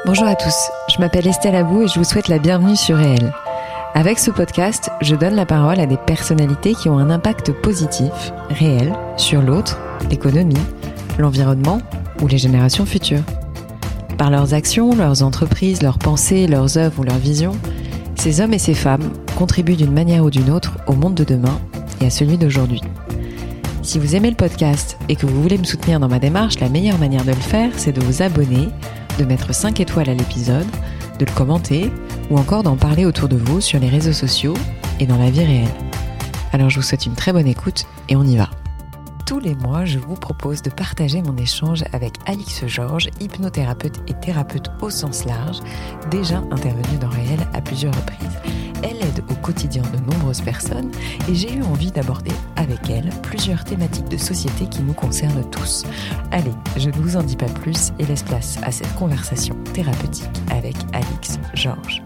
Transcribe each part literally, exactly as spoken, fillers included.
Bonjour à tous, je m'appelle Estelle Abou et je vous souhaite la bienvenue sur Réel. Avec ce podcast, je donne la parole à des personnalités qui ont un impact positif, réel, sur l'autre, l'économie, l'environnement ou les générations futures. Par leurs actions, leurs entreprises, leurs pensées, leurs œuvres ou leurs visions, ces hommes et ces femmes contribuent d'une manière ou d'une autre au monde de demain et à celui d'aujourd'hui. Si vous aimez le podcast et que vous voulez me soutenir dans ma démarche, la meilleure manière de le faire, c'est de vous abonner, de mettre cinq étoiles à l'épisode, de le commenter ou encore d'en parler autour de vous sur les réseaux sociaux et dans la vie réelle. Alors je vous souhaite une très bonne écoute et on y va. Tous les mois, je vous propose de partager mon échange avec Alix Georges, hypnothérapeute et thérapeute au sens large, déjà intervenue dans Réel à plusieurs reprises. Elle aide au quotidien de nombreuses personnes et j'ai eu envie d'aborder avec elle plusieurs thématiques de société qui nous concernent tous. Allez, je ne vous en dis pas plus et laisse place à cette conversation thérapeutique avec Alix Georges.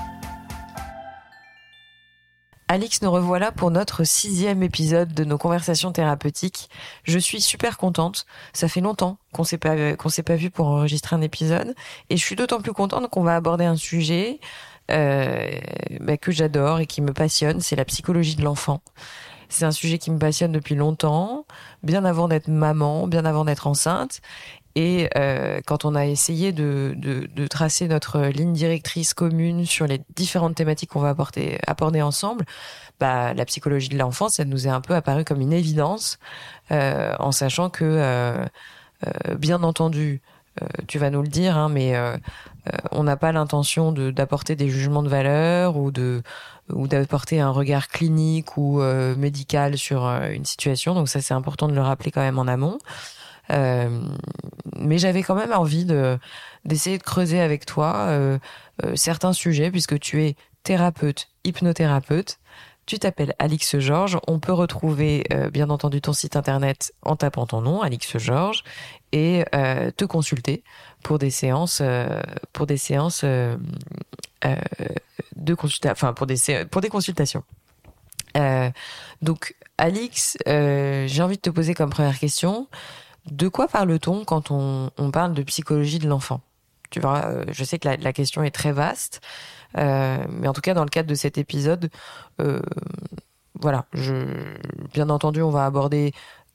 Alix, nous revoilà pour notre sixième épisode de nos conversations thérapeutiques. Je suis super contente. Ça fait longtemps qu'on s'est pas, qu'on s'est pas vu pour enregistrer un épisode. Et je suis d'autant plus contente qu'on va aborder un sujet euh, bah, que j'adore et qui me passionne. C'est la psychologie de l'enfant. C'est un sujet qui me passionne depuis longtemps, bien avant d'être maman, bien avant d'être enceinte. Et euh, quand on a essayé de, de, de tracer notre ligne directrice commune sur les différentes thématiques qu'on va apporter, aborder ensemble, bah, la psychologie de l'enfance, ça nous est un peu apparu comme une évidence, euh, en sachant que, euh, euh, bien entendu, euh, tu vas nous le dire, hein, mais euh, euh, on n'a pas l'intention de, d'apporter des jugements de valeur ou de ou d'apporter un regard clinique ou euh, médical sur euh, une situation. Donc ça, c'est important de le rappeler quand même en amont. Euh, mais j'avais quand même envie de d'essayer de creuser avec toi euh, euh, certains sujets, puisque tu es thérapeute, hypnothérapeute. Tu t'appelles Alix Georges. On peut retrouver euh, bien entendu ton site internet en tapant ton nom, Alix Georges, et euh, te consulter pour des séances, euh, pour des séances euh, euh, de consulta- enfin pour des sé- pour des consultations. Euh, donc Alix, euh, j'ai envie de te poser comme première question. De quoi parle-t-on quand on, on parle de psychologie de l'enfant ? Tu vois, euh, je sais que la, la question est très vaste, euh, mais en tout cas dans le cadre de cet épisode, euh, voilà, je, bien entendu, on va aborder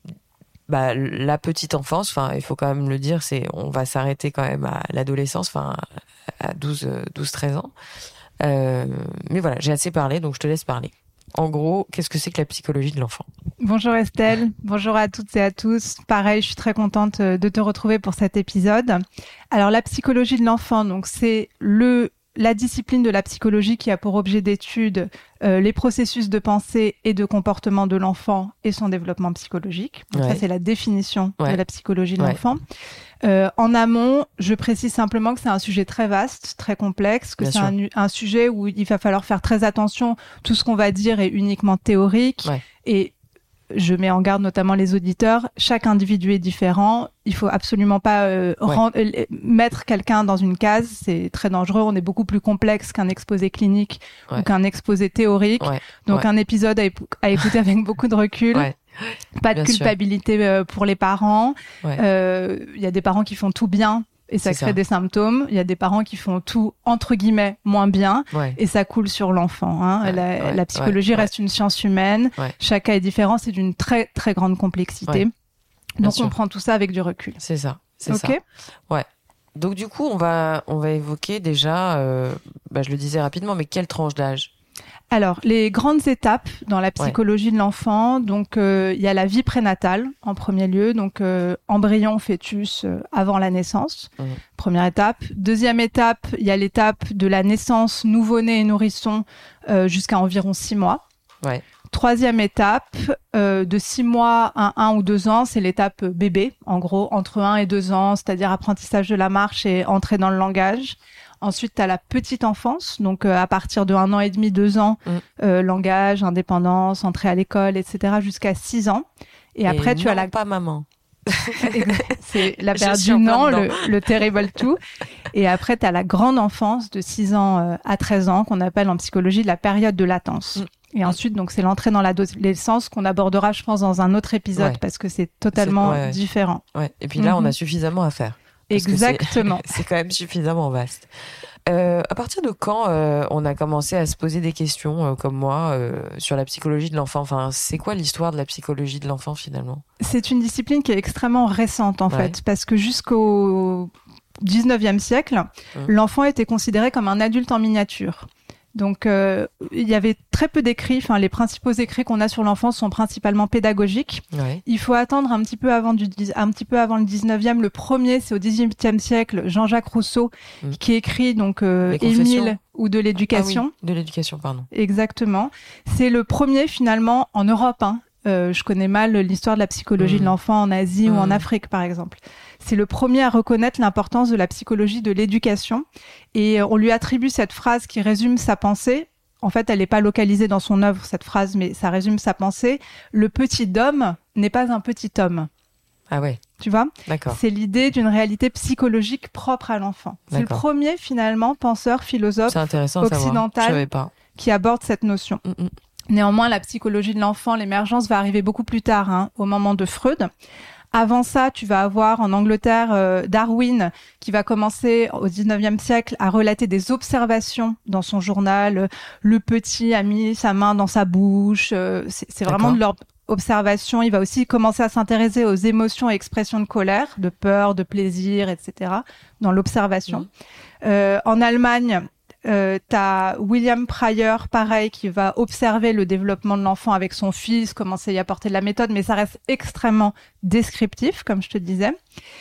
bah, la petite enfance. Enfin, il faut quand même le dire, c'est, on va s'arrêter quand même à l'adolescence, enfin à douze treize ans. Euh, mais voilà, j'ai assez parlé, donc je te laisse parler. En gros, qu'est-ce que c'est que la psychologie de l'enfant ? Bonjour Estelle, bonjour à toutes et à tous. Pareil, je suis très contente de te retrouver pour cet épisode. Alors la psychologie de l'enfant, donc c'est le la discipline de la psychologie qui a pour objet d'étude euh, les processus de pensée et de comportement de l'enfant et son développement psychologique. Donc ouais. Ça, c'est la définition ouais. de la psychologie de ouais. l'enfant. Euh, en amont, je précise simplement que c'est un sujet très vaste, très complexe, que Bien c'est un, un sujet où il va falloir faire très attention. Tout ce qu'on va dire est uniquement théorique ouais. et je mets en garde notamment les auditeurs. Chaque individu est différent. Il faut absolument pas euh, ouais. rend, euh, mettre quelqu'un dans une case. C'est très dangereux. On est beaucoup plus complexe qu'un exposé clinique ouais. ou qu'un exposé théorique. Ouais. Donc ouais. un épisode à, épo- à écouter avec beaucoup de recul. Ouais. Pas de Bien culpabilité euh, pour les parents. Il ouais. euh, y a des parents qui font tout bien. Et ça c'est crée ça. des symptômes. Il y a des parents qui font tout, entre guillemets, moins bien. Ouais. Et ça coule sur l'enfant. Hein. Ouais, la, ouais, la psychologie ouais, reste ouais. une science humaine. Ouais. Chaque cas est différent. C'est d'une très, très grande complexité. Ouais. Donc, sûr. on prend tout ça avec du recul. C'est ça. C'est okay. ça. Ouais. Donc, du coup, on va, on va évoquer déjà, euh, bah, je le disais rapidement, mais quelle tranche d'âge ? Alors, les grandes étapes dans la psychologie ouais. de l'enfant, donc euh, il y a la vie prénatale en premier lieu, donc euh, embryon, fœtus euh, avant la naissance, mmh. première étape. Deuxième étape, il y a l'étape de la naissance, nouveau-né et nourrisson euh, jusqu'à environ six mois. Ouais. Troisième étape, euh, de six mois à un ou deux ans, c'est l'étape bébé, en gros entre un et deux ans, c'est-à-dire apprentissage de la marche et entrée dans le langage. Ensuite, tu as la petite enfance, donc euh, à partir de un an et demi, deux ans, mmh. euh, langage, indépendance, entrée à l'école, et cetera, jusqu'à six ans. Et, et après, tu non, as la... pas maman. C'est la période du non, le, le terrible tout. Et après, tu as la grande enfance de six ans euh, à treize ans, qu'on appelle en psychologie la période de latence. Mmh. Et ensuite, donc, c'est l'entrée dans l'adolescence qu'on abordera, je pense, dans un autre épisode, ouais. parce que c'est totalement c'est... Ouais, ouais. différent. Ouais. Et puis là, mmh. on a suffisamment à faire. Exactement. C'est, c'est quand même suffisamment vaste. Euh, à partir de quand euh, on a commencé à se poser des questions, euh, comme moi, euh, sur la psychologie de l'enfant? Enfin, c'est quoi l'histoire de la psychologie de l'enfant, finalement? C'est une discipline qui est extrêmement récente, en ouais. fait, parce que jusqu'au dix-neuvième siècle, mmh. l'enfant était considéré comme un adulte en miniature. Donc, euh, il y avait très peu d'écrits. Enfin, les principaux écrits qu'on a sur l'enfance sont principalement pédagogiques. Ouais. Il faut attendre un petit peu avant du, un petit peu avant le dix-neuvième. Le premier, c'est au dix-huitième siècle, Jean-Jacques Rousseau, mmh. qui écrit donc euh, Émile ou de l'éducation. Ah oui, de l'éducation, pardon. Exactement. C'est le premier finalement en Europe. Hein. Euh, je connais mal l'histoire de la psychologie mmh. de l'enfant en Asie mmh. ou en Afrique, par exemple. C'est le premier à reconnaître l'importance de la psychologie de l'éducation. Et on lui attribue cette phrase qui résume sa pensée. En fait, elle n'est pas localisée dans son œuvre, cette phrase, mais ça résume sa pensée. Le petit homme n'est pas un petit homme. Ah ouais. Tu vois ? D'accord. C'est l'idée d'une réalité psychologique propre à l'enfant. D'accord. C'est le premier, finalement, penseur, philosophe occidental Je savais pas. qui aborde cette notion. Mm-mm. Néanmoins, la psychologie de l'enfant, l'émergence va arriver beaucoup plus tard, hein, au moment de Freud. Avant ça, tu vas avoir en Angleterre euh, Darwin qui va commencer au dix-neuvième siècle à relater des observations dans son journal. Le petit a mis sa main dans sa bouche. Euh, c'est, c'est vraiment de leur observation. Il va aussi commencer à s'intéresser aux émotions et expressions de colère, de peur, de plaisir, et cetera dans l'observation. Mmh. Euh, en Allemagne, Euh, t'as William Pryor, pareil, qui va observer le développement de l'enfant avec son fils, commencer à y apporter de la méthode, mais ça reste extrêmement descriptif, comme je te disais.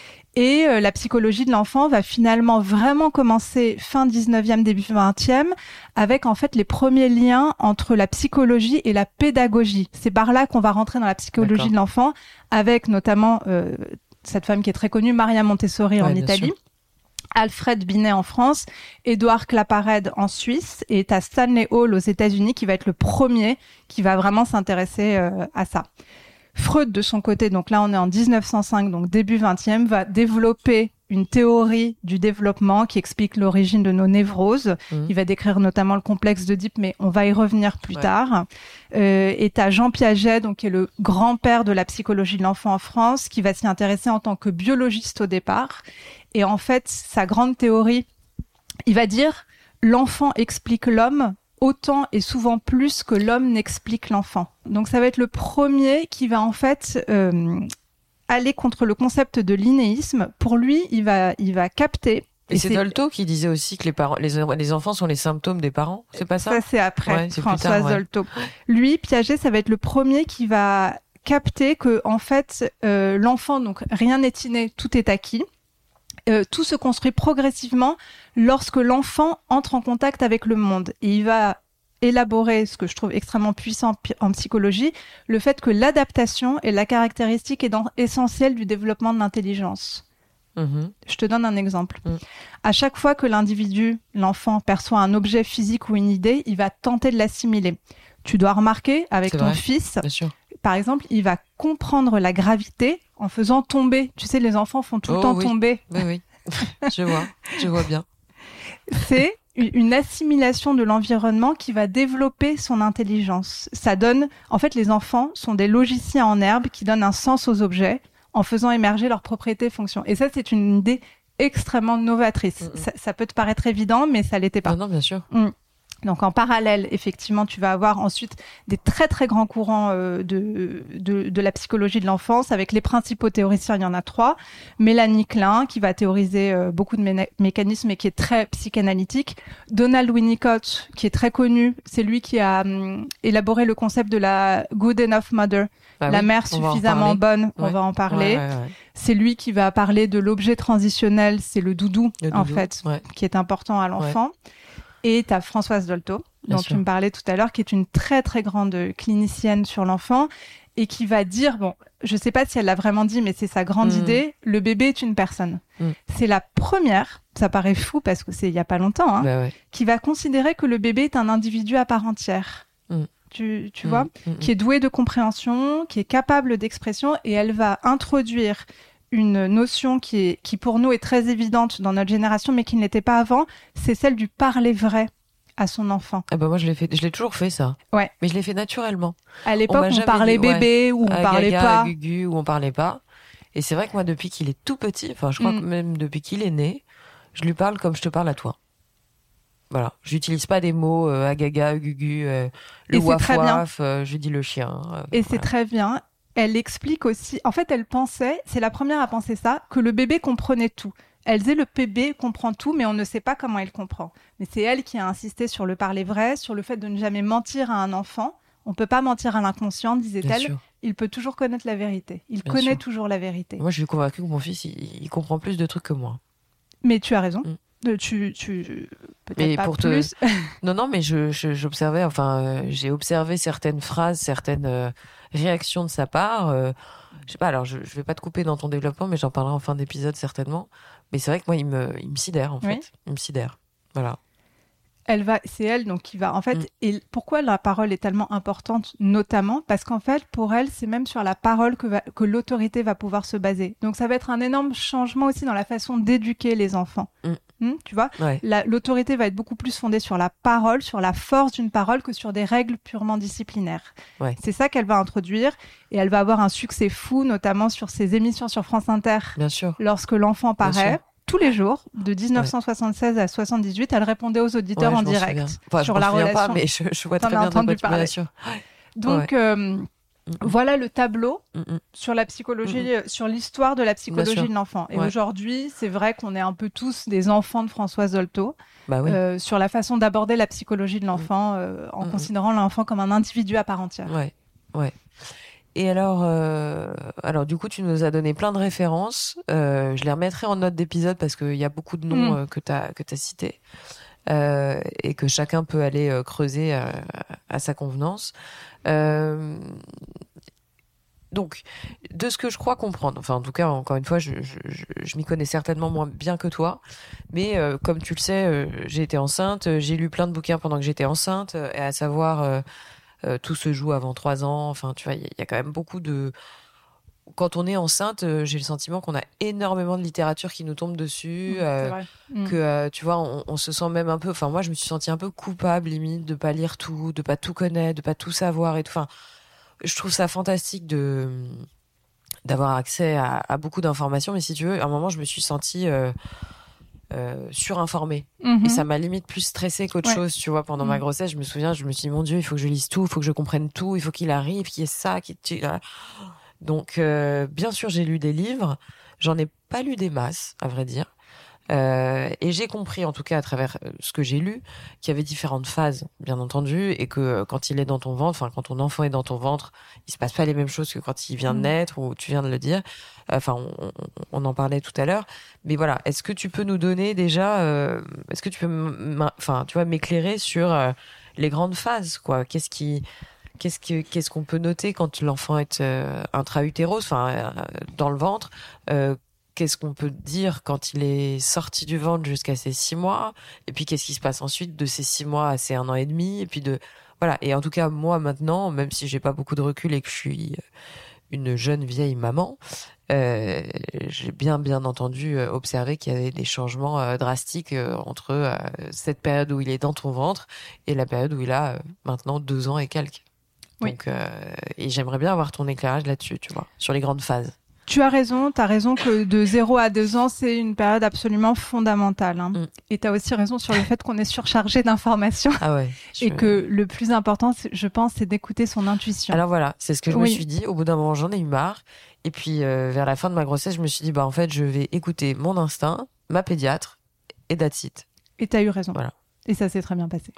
Et euh, la psychologie de l'enfant va finalement vraiment commencer fin dix-neuvième, début vingtième, avec en fait les premiers liens entre la psychologie et la pédagogie. C'est par là qu'on va rentrer dans la psychologie D'accord. de l'enfant, avec notamment euh, cette femme qui est très connue, Maria Montessori ouais, en Italie. Sûr. Alfred Binet en France, Édouard Claparède en Suisse, et t'as Stanley Hall aux États-Unis qui va être le premier qui va vraiment s'intéresser euh, à ça. Freud, de son côté, donc là on est en dix-neuf cent cinq, donc début vingtième, va développer une théorie du développement qui explique l'origine de nos névroses. Mmh. Il va décrire notamment le complexe d'Oedipe, mais on va y revenir plus ouais. tard. Euh, et t'as Jean Piaget, donc qui est le grand-père de la psychologie de l'enfant en France, qui va s'y intéresser en tant que biologiste au départ. Et en fait, sa grande théorie, il va dire l'enfant explique l'homme autant et souvent plus que l'homme n'explique l'enfant. Donc ça va être le premier qui va en fait euh, aller contre le concept de l'innéisme. Pour lui, il va, il va capter. Et, et c'est, c'est Dolto qui disait aussi que les parents, les, les enfants sont les symptômes des parents. C'est pas ça? Ça c'est après, ouais, c'est Françoise plus tard, ouais. Dolto. Lui, Piaget, ça va être le premier qui va capter que en fait, euh, l'enfant, donc rien n'est inné, tout est acquis. Euh, tout se construit progressivement lorsque l'enfant entre en contact avec le monde. Et il va élaborer, ce que je trouve extrêmement puissant en psychologie, le fait que l'adaptation est la caractéristique essentielle du développement de l'intelligence. Mmh. Je te donne un exemple. Mmh. À chaque fois que l'individu, l'enfant, perçoit un objet physique ou une idée, il va tenter de l'assimiler. Tu dois remarquer avec C'est ton vrai, fils, bien sûr. Par exemple, il va comprendre la gravité en faisant tomber. Tu sais, les enfants font tout oh, le temps oui. tomber. Oui, oui. Je vois, je vois bien. C'est une assimilation de l'environnement qui va développer son intelligence. Ça donne, en fait, les enfants sont des logiciens en herbe qui donnent un sens aux objets en faisant émerger leurs propriétés et fonctions. Et ça, c'est une idée extrêmement novatrice. Mm-hmm. Ça, ça peut te paraître évident, mais ça l'était pas. Non, non, bien sûr. Mm. Donc en parallèle, effectivement, tu vas avoir ensuite des très très grands courants euh, de, de de la psychologie de l'enfance avec les principaux théoriciens. Il y en a trois. Mélanie Klein qui va théoriser euh, beaucoup de mé- mécanismes et qui est très psychanalytique. Donald Winnicott qui est très connu. C'est lui qui a hum, élaboré le concept de la good enough mother, bah la oui, mère suffisamment bonne. Ouais. On va en parler. Ouais, ouais, ouais. C'est lui qui va parler de l'objet transitionnel. C'est le doudou, le en doudou, fait, ouais. qui est important à l'enfant. Ouais. Et tu as Françoise Dolto, Bien dont sûr. Tu me parlais tout à l'heure, qui est une très très grande clinicienne sur l'enfant et qui va dire, bon, je sais pas si elle l'a vraiment dit, mais c'est sa grande mmh. idée, le bébé est une personne. Mmh. C'est la première, ça paraît fou parce que c'est il y a pas longtemps, hein, bah ouais. qui va considérer que le bébé est un individu à part entière. Mmh. Tu, tu mmh. vois, mmh. qui est doué de compréhension, qui est capable d'expression, et elle va introduire une notion qui est, qui pour nous est très évidente dans notre génération, mais qui ne l'était pas avant, c'est celle du parler vrai à son enfant. Ah bah moi je l'ai fait, je l'ai toujours fait ça. Ouais. Mais je l'ai fait naturellement. À l'époque, on, on parlait dit, bébé ouais, ou on parlait Gaga, pas. À Gugu, où on parlait pas. Et c'est vrai que moi, depuis qu'il est tout petit, enfin, je crois Mm. que même depuis qu'il est né, je lui parle comme je te parle à toi. Voilà. J'utilise pas des mots euh, agaga, gugu, euh, le Et c'est waf très bien. waf, euh, je dis le chien. euh, Et c'est voilà. très bien. Elle explique aussi, en fait, elle pensait, c'est la première à penser ça, que le bébé comprenait tout. Elle disait le bébé comprend tout, mais on ne sait pas comment il comprend. Mais c'est elle qui a insisté sur le parler vrai, sur le fait de ne jamais mentir à un enfant. On peut pas mentir à l'inconscient, Bien disait-elle. sûr. Il peut toujours connaître la vérité. Il Bien connaît sûr. toujours la vérité. Moi, je suis convaincue que mon fils, il, il comprend plus de trucs que moi. Mais tu as raison. Mm. De- Tu, tu, peut-être Mais pas pour te- plus. Non, non, mais je, je- j'observais, enfin, euh, j'ai observé certaines phrases, certaines euh, réactions de sa part. euh, je sais pas, alors je, je vais pas te couper dans ton développement, mais j'en parlerai en fin d'épisode certainement. Mais c'est vrai que moi, il me, il me sidère, en Oui. fait. Il me sidère. Voilà. Elle va, c'est elle donc qui va. En fait, Mm. et pourquoi la parole est tellement importante, notamment parce qu'en fait, pour elle, c'est même sur la parole que, va, que l'autorité va pouvoir se baser. Donc, ça va être un énorme changement aussi dans la façon d'éduquer les enfants. Mm. Hmm, tu vois, Ouais. La- l'autorité va être beaucoup plus fondée sur la parole, sur la force d'une parole, que sur des règles purement disciplinaires. Ouais. C'est ça qu'elle va introduire, et elle va avoir un succès fou, notamment sur ses émissions sur France Inter, Bien sûr. lorsque l'enfant Bien paraît. sûr. Tous les jours, de dix-neuf cent soixante-seize à soixante-dix-huit, elle répondait aux auditeurs Ouais, en je m'en direct souviens. Enfin, sur je m'en la souviens relation. pas, mais je, je vois T'en très as bien de entendu quoi tu parler. bien sûr. Donc, euh, Mm, mm. voilà le tableau Mm, mm. sur la psychologie, euh, sur l'histoire de la psychologie sûr. de l'enfant. Et Ouais. aujourd'hui, c'est vrai qu'on est un peu tous des enfants de Françoise Dolto, Bah oui. euh, sur la façon d'aborder la psychologie de l'enfant, euh, en Mm, mm. considérant l'enfant comme un individu à part entière. Ouais, ouais. Et alors, euh, alors du coup, tu nous as donné plein de références. Euh, je les remettrai en note d'épisode parce qu'il y a beaucoup de noms Mm. euh, que tu as que t'as cités euh, et que chacun peut aller euh, creuser à, à sa convenance. Euh, donc, de ce que je crois comprendre, enfin en tout cas, encore une fois, je, je, je, je m'y connais certainement moins bien que toi, mais euh, comme tu le sais, euh, j'ai été enceinte, euh, j'ai lu plein de bouquins pendant que j'étais enceinte, euh, et à savoir, euh, euh, tout se joue avant trois ans, enfin tu vois, il y, y a quand même beaucoup de... Quand on est enceinte, euh, j'ai le sentiment qu'on a énormément de littérature qui nous tombe dessus, Mm, euh, c'est vrai. Mm. que euh, tu vois, on, on se sent même un peu... Enfin moi, je me suis sentie un peu coupable, limite, de pas lire tout, de pas tout connaître, de pas tout savoir et tout. Enfin, je trouve ça fantastique de d'avoir accès à, à beaucoup d'informations, mais si tu veux, à un moment, je me suis sentie euh, euh, surinformée. Mhm. Et ça m'a limite plus stressée qu'autre Ouais. chose, tu vois, pendant ma Mm. grossesse. Je me souviens, je me suis dit, mon Dieu, il faut que je lise tout, il faut que je comprenne tout, il faut qu'il arrive, qu'il y ait ça, qu'il y ait... Donc, euh, bien sûr, j'ai lu des livres. J'en ai pas lu des masses, à vrai dire. Euh, et j'ai compris, en tout cas, à travers euh, ce que j'ai lu, qu'il y avait différentes phases, bien entendu, et que euh, quand il est dans ton ventre, enfin, quand ton enfant est dans ton ventre, il se passe pas les mêmes choses que quand il vient de Mm. naître, ou tu viens de le dire. Enfin, on, on, on en parlait tout à l'heure. Mais voilà, est-ce que tu peux nous donner déjà, euh, est-ce que tu peux, m- enfin, tu vois, m'éclairer sur euh, les grandes phases, quoi? Qu'est-ce qui, qu'est-ce que, qu'est-ce qu'on peut noter quand l'enfant est euh, intra-utéros, enfin, euh, dans le ventre? Euh, Qu'est-ce qu'on peut dire quand il est sorti du ventre jusqu'à ses six mois? Et puis, qu'est-ce qui se passe ensuite de ces six mois à ces un an et demi? Et puis de, voilà. Et en tout cas, moi, maintenant, même si j'ai pas beaucoup de recul et que je suis une jeune vieille maman, euh, j'ai bien, bien entendu euh, observé qu'il y avait des changements euh, drastiques euh, entre euh, cette période où il est dans ton ventre et la période où il a euh, maintenant deux ans et quelques. Oui. Donc, euh, et j'aimerais bien avoir ton éclairage là-dessus, tu vois, sur les grandes phases. Tu as raison, tu as raison que de zéro à deux ans, c'est une période absolument fondamentale. Hein. Mm. Et tu as aussi raison sur le fait qu'on est surchargé d'informations Ah ouais. je- et que le plus important, c'est- je pense, c'est d'écouter son intuition. Alors voilà, c'est ce que je me Oui. suis dit. Au bout d'un moment, j'en ai eu marre. Et puis, euh, vers la fin de ma grossesse, je me suis dit, bah en fait, je vais écouter mon instinct, ma pédiatre et that's it. Et tu as eu raison. Voilà. Et ça s'est très bien passé.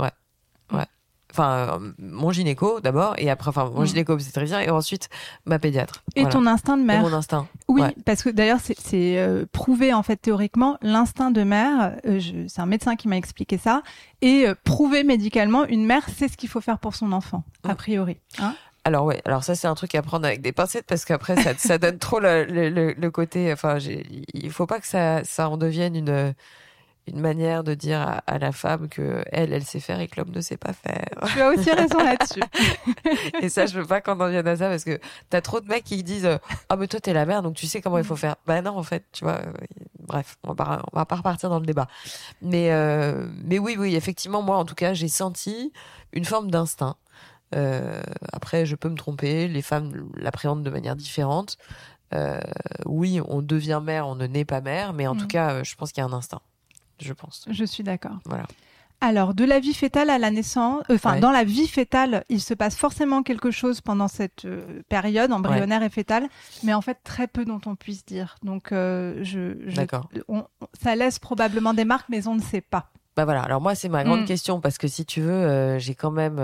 Enfin, euh, mon gynéco d'abord, et après, enfin, mon Mm. gynéco obstétricien, et ensuite ma pédiatre. Et Voilà. ton instinct de Et mère. mon instinct. Oui, Ouais. parce que d'ailleurs, c'est, c'est euh, prouvé en fait théoriquement. L'instinct de mère, euh, je- c'est un médecin qui m'a expliqué ça, et euh, prouvé médicalement, une mère sait ce qu'il faut faire pour son enfant, a Mm. priori. Hein. Alors ouais, alors ça c'est un truc à prendre avec des pincettes parce qu'après ça, ça donne trop le, le, le- le côté. Enfin, j'ai, il faut pas que ça, ça en devienne une une manière de dire à, à la femme que elle, elle sait faire et que l'homme ne sait pas faire. Tu as aussi raison là-dessus. Et ça, je veux pas qu'on en vienne à ça parce que t'as trop de mecs qui disent euh, ah mais toi t'es la mère donc tu sais comment il faut faire. Bah non en fait, tu vois. euh, bref, on va pas, on va pas repartir dans le débat. Mais euh, mais oui oui effectivement moi en tout cas j'ai senti une forme d'instinct. Euh, après je peux me tromper, les femmes l'appréhendent de manière différente. euh, oui, on devient mère, on ne naît pas mère, mais en mmh. tout cas, euh, je pense qu'il y a un instinct. Je pense. Je suis d'accord. Voilà. Alors, de la vie fœtale à la naissance, enfin, euh, ouais. dans la vie fœtale, il se passe forcément quelque chose pendant cette euh, période embryonnaire ouais. et fœtale, mais en fait, très peu dont on puisse dire. Donc, euh, je, je, D'accord. On, ça laisse probablement des marques, mais on ne sait pas. Bah voilà, alors moi c'est ma grande mmh. question parce que si tu veux, euh, j'ai quand même,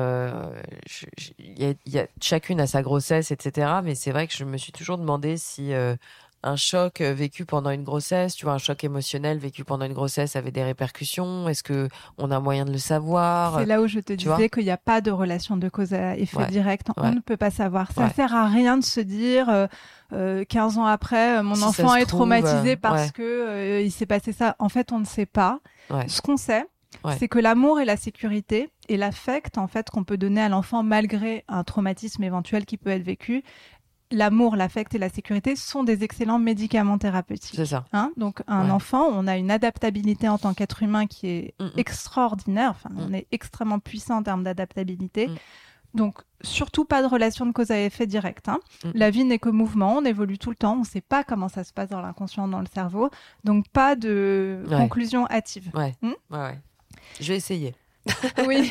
il euh, y, y a chacune a sa grossesse, et cetera. Mais c'est vrai que je me suis toujours demandé si euh, un choc vécu pendant une grossesse, tu vois, un choc émotionnel vécu pendant une grossesse avait des répercussions. Est-ce que on a moyen de le savoir? C'est là où je te disais qu'il n'y a pas de relation de cause à effet ouais. direct. On ouais. ne peut pas savoir. Ça ouais. sert à rien de se dire. Euh, Euh, quinze ans après, mon si enfant est trouve, traumatisé euh, parce ouais. que euh, il s'est passé ça. En fait, on ne sait pas. Ouais. Ce qu'on sait, ouais. c'est que l'amour et la sécurité et l'affect en fait qu'on peut donner à l'enfant malgré un traumatisme éventuel qui peut être vécu, l'amour, l'affect et la sécurité sont des excellents médicaments thérapeutiques. C'est ça. Hein, donc un ouais. enfant, on a une adaptabilité en tant qu'être humain qui est Mm-mm. extraordinaire. Enfin, mm. on est extrêmement puissant en termes d'adaptabilité. Mm. Donc, surtout pas de relation de cause à effet direct. Hein. Mmh. La vie n'est que mouvement, on évolue tout le temps, on ne sait pas comment ça se passe dans l'inconscient, dans le cerveau. Donc, pas de ouais. conclusion hâtive. Ouais. Mmh ouais, ouais. Je vais essayer. Oui.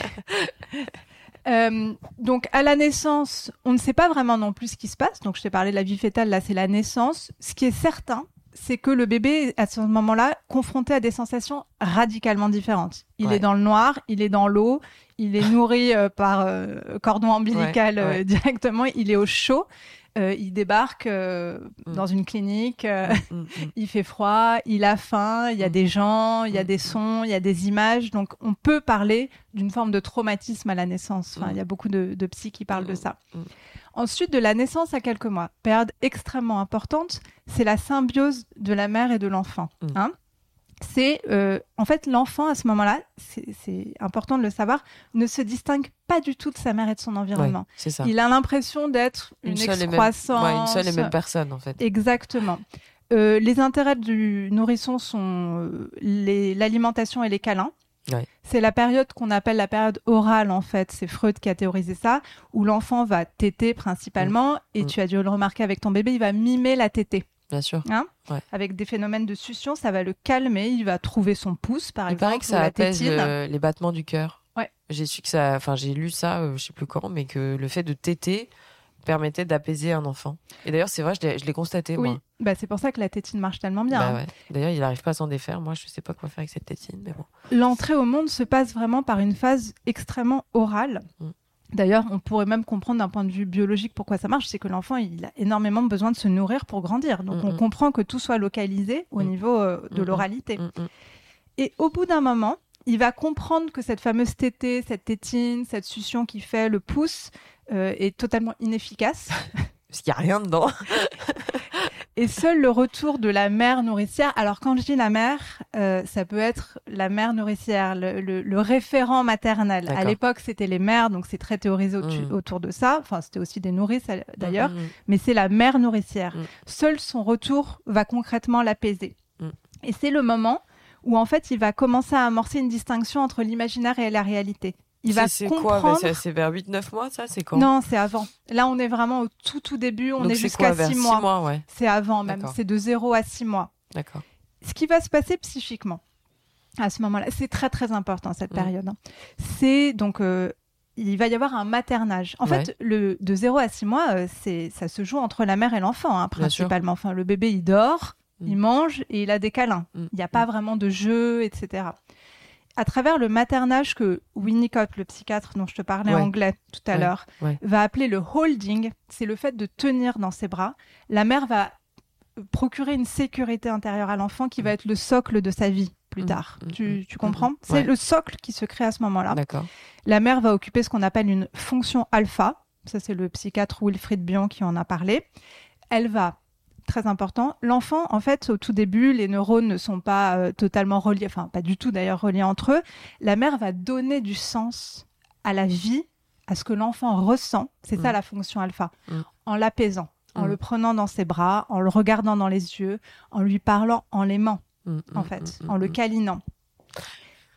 euh, donc, à la naissance, on ne sait pas vraiment non plus ce qui se passe. Donc, je t'ai parlé de la vie fœtale, là, c'est la naissance. Ce qui est certain, c'est que le bébé est à ce moment-là confronté à des sensations radicalement différentes. Il ouais. est dans le noir, il est dans l'eau, il est nourri euh, par euh, cordon ombilical ouais, ouais. Euh, directement, il est au chaud, euh, il débarque euh, mm. dans une clinique, euh, mm, mm, mm. il fait froid, il a faim, il y a mm. des gens, il y a mm. des sons, il y a des images. Donc on peut parler d'une forme de traumatisme à la naissance. Enfin, mm. il y a beaucoup de, de psy qui parlent mm. de ça. Mm. Ensuite, de la naissance à quelques mois, période extrêmement importante, c'est la symbiose de la mère et de l'enfant. Mmh. Hein c'est, euh, en fait, l'enfant, à ce moment-là, c'est, c'est important de le savoir, ne se distingue pas du tout de sa mère et de son environnement. Ouais, c'est ça. Il a l'impression d'être une, une excroissance. Même, ouais, une seule et même personne, en fait. Exactement. Euh, les intérêts du nourrisson sont euh, les, l'alimentation et les câlins. Ouais. C'est la période qu'on appelle la période orale, en fait. C'est Freud qui a théorisé ça, où l'enfant va téter principalement, mmh. et mmh. tu as dû le remarquer avec ton bébé, il va mimer la tétée. Bien sûr. Hein ouais. Avec des phénomènes de succion, ça va le calmer, il va trouver son pouce, par il exemple. Il paraît que ça apaise le, les battements du cœur. Ouais. J'ai su que ça, enfin, j'ai lu ça, euh, je sais plus quand, mais que le fait de téter permettait d'apaiser un enfant. Et d'ailleurs, c'est vrai, je l'ai, je l'ai constaté, oui. moi. Bah, c'est pour ça que la tétine marche tellement bien. Bah, hein. ouais. D'ailleurs, il n'arrive pas à s'en défaire. Moi, je sais pas quoi faire avec cette tétine, mais bon. L'entrée au monde se passe vraiment par une phase extrêmement orale. Mm. D'ailleurs, on pourrait même comprendre d'un point de vue biologique pourquoi ça marche. C'est que l'enfant, il a énormément besoin de se nourrir pour grandir. Donc, mm-hmm. on comprend que tout soit localisé au mm. niveau euh, de mm-hmm. l'oralité. Mm-hmm. Et au bout d'un moment, il va comprendre que cette fameuse tétée, cette tétine, cette succion qui fait le pouce euh, est totalement inefficace. Parce qu'il n'y a rien dedans. Et seul le retour de la mère nourricière, alors quand je dis la mère, euh, ça peut être la mère nourricière, le, le, le référent maternel. D'accord. À l'époque, c'était les mères, donc c'est très théorisé au- mmh. autour de ça. Enfin, c'était aussi des nourrices d'ailleurs, mmh. mais c'est la mère nourricière. Mmh. Seul son retour va concrètement l'apaiser. Mmh. Et c'est le moment où en fait, il va commencer à amorcer une distinction entre l'imaginaire et la réalité. Il c'est, va c'est comprendre... quoi c'est, c'est vers huit neuf mois, ça? C'est quand? Non, c'est avant. Là, on est vraiment au tout, tout début. On Donc est c'est jusqu'à quoi, six mois. six mois ouais. C'est avant même. D'accord. C'est de zéro à six mois. D'accord. Ce qui va se passer psychiquement à ce moment-là, c'est très, très important, cette mmh. période. Hein. C'est donc... Euh, il va y avoir un maternage. En ouais. fait, le, de zéro à six mois, euh, c'est, ça se joue entre la mère et l'enfant, hein, principalement. Enfin, le bébé, il dort, mmh. il mange et il a des câlins. Mmh. Il n'y a pas mmh. vraiment de jeu, et cetera. À travers le maternage que Winnicott, le psychiatre dont je te parlais ouais. anglais tout à ouais. l'heure, ouais. va appeler le holding, c'est le fait de tenir dans ses bras. La mère va procurer une sécurité intérieure à l'enfant qui mmh. va être le socle de sa vie plus tard. Mmh. Tu, tu comprends ? mmh. C'est ouais. le socle qui se crée à ce moment-là. D'accord. La mère va occuper ce qu'on appelle une fonction alpha. Ça, c'est le psychiatre Wilfried Bion qui en a parlé. Elle va... Très important. L'enfant, en fait, au tout début, les neurones ne sont pas euh, totalement reliés, enfin, pas du tout d'ailleurs reliés entre eux. La mère va donner du sens à la vie, à ce que l'enfant ressent. C'est mmh. ça la fonction alpha. Mmh. En l'apaisant, mmh. en le prenant dans ses bras, en le regardant dans les yeux, en lui parlant, en l'aimant, mmh. en fait, mmh. en le câlinant.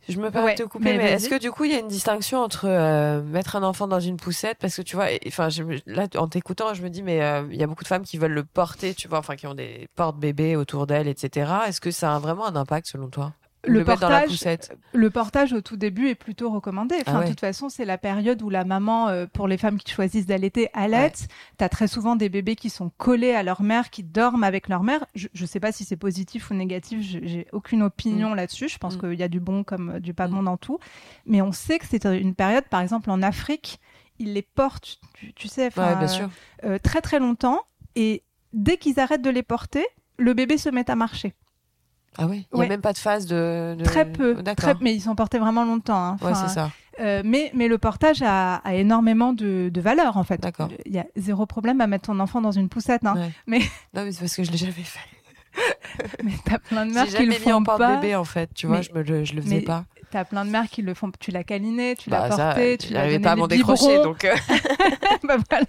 Je me permets Ouais, de te couper, mais mais, vas-y. est-ce que du coup il y a une distinction entre euh, mettre un enfant dans une poussette, parce que tu vois, enfin là en t'écoutant, je me dis mais euh, il y a beaucoup de femmes qui veulent le porter, tu vois, enfin qui ont des porte-bébés autour d'elles, et cetera. Est-ce que ça a vraiment un impact selon toi? Ou Le le mettre dans la portage, poussette? le portage au tout début est plutôt recommandé. Enfin, Ah ouais. de toute façon, c'est la période où la maman, euh, pour les femmes qui choisissent d'allaiter, allaite. Ouais. T'as très souvent des bébés qui sont collés à leur mère, qui dorment avec leur mère. Je, je sais pas si c'est positif ou négatif. je- J'ai aucune opinion Mm. là-dessus. Je pense Mm. qu'il y a du bon comme euh, du pas Mm. bon dans tout. Mais on sait que c'est une période, par exemple en Afrique, ils les portent, tu, tu sais, enfin, Ouais, bien euh, sûr. euh, très très longtemps. Et dès qu'ils arrêtent de les porter, le bébé se met à marcher. Ah oui. Il y Ouais. a même pas de phase de. de... Très peu, Oh, d'accord. très, mais ils sont portés vraiment longtemps. Hein. Ouais, Enfin, c'est ça. euh, mais, mais le portage a, a énormément de, de valeur, en fait. D'accord. Il y a zéro problème à mettre ton enfant dans une poussette. Hein. Ouais. Mais, Non, mais c'est parce que je l'ai jamais fait. mais t'as plein de mères J'ai qui le jamais mis en font pas. porte-bébé en fait, tu vois, Mais- je me le, je le faisais mais pas. T'as plein de mères qui le font. Tu l'as câliné, tu Bah l'as ça, porté, tu l'as j'arrivais donné pas à des m'en décrocher, biberons. donc. euh, Bah voilà.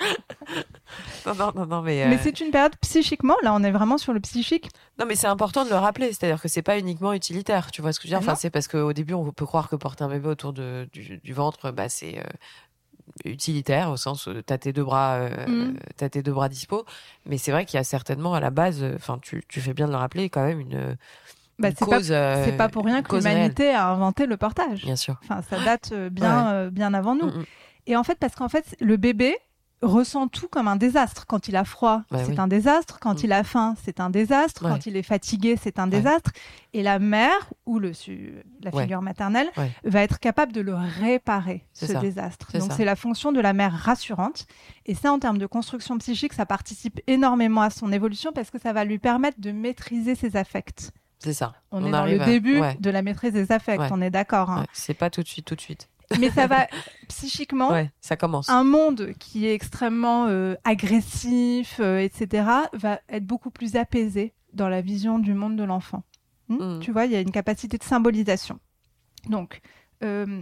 non, non, non, non, mais. euh, Mais c'est une période psychiquement. Là, on est vraiment sur le psychique. Non, mais c'est important de le rappeler, c'est-à-dire que c'est pas uniquement utilitaire, tu vois ce que je veux dire. Ah Enfin, non. c'est parce qu'au début, on peut croire que porter un bébé autour de, du, du ventre, bah, c'est euh, utilitaire au sens où t'as tes deux bras, euh, Mm. t'as tes deux bras dispo. Mais c'est vrai qu'il y a certainement à la base, enfin, tu, tu fais bien de le rappeler, quand même une, Bah, une c'est pas, cause. euh, c'est pas pour rien une que cause l'humanité a inventé le portage. réelle, bien sûr. Enfin, ça date euh, bien, euh, bien avant nous. Mm, mm. Et en fait, parce qu'en fait, le bébé ressent tout comme un désastre. Quand il a froid, Bah c'est oui. un désastre. Quand Mm. il a faim, c'est un désastre. Ouais. Quand il est fatigué, c'est un Ouais. désastre. Et la mère ou le, su- la Ouais. figure maternelle Ouais. va être capable de le réparer, C'est ce ça. désastre. C'est Donc, ça. c'est la fonction de la mère rassurante. Et ça, en termes de construction psychique, ça participe énormément à son évolution parce que ça va lui permettre de maîtriser ses affects. C'est ça. On, est dans le arrive à- début ouais. de la maîtrise des affects, Ouais. on est d'accord. Hein. Ouais. C'est pas tout de suite, tout de suite. Mais ça va psychiquement. Ouais, ça commence. Un monde qui est extrêmement euh, agressif, euh, et cetera, va être beaucoup plus apaisé dans la vision du monde de l'enfant. Hmm Mm. Tu vois, il y a une capacité de symbolisation. Donc, euh,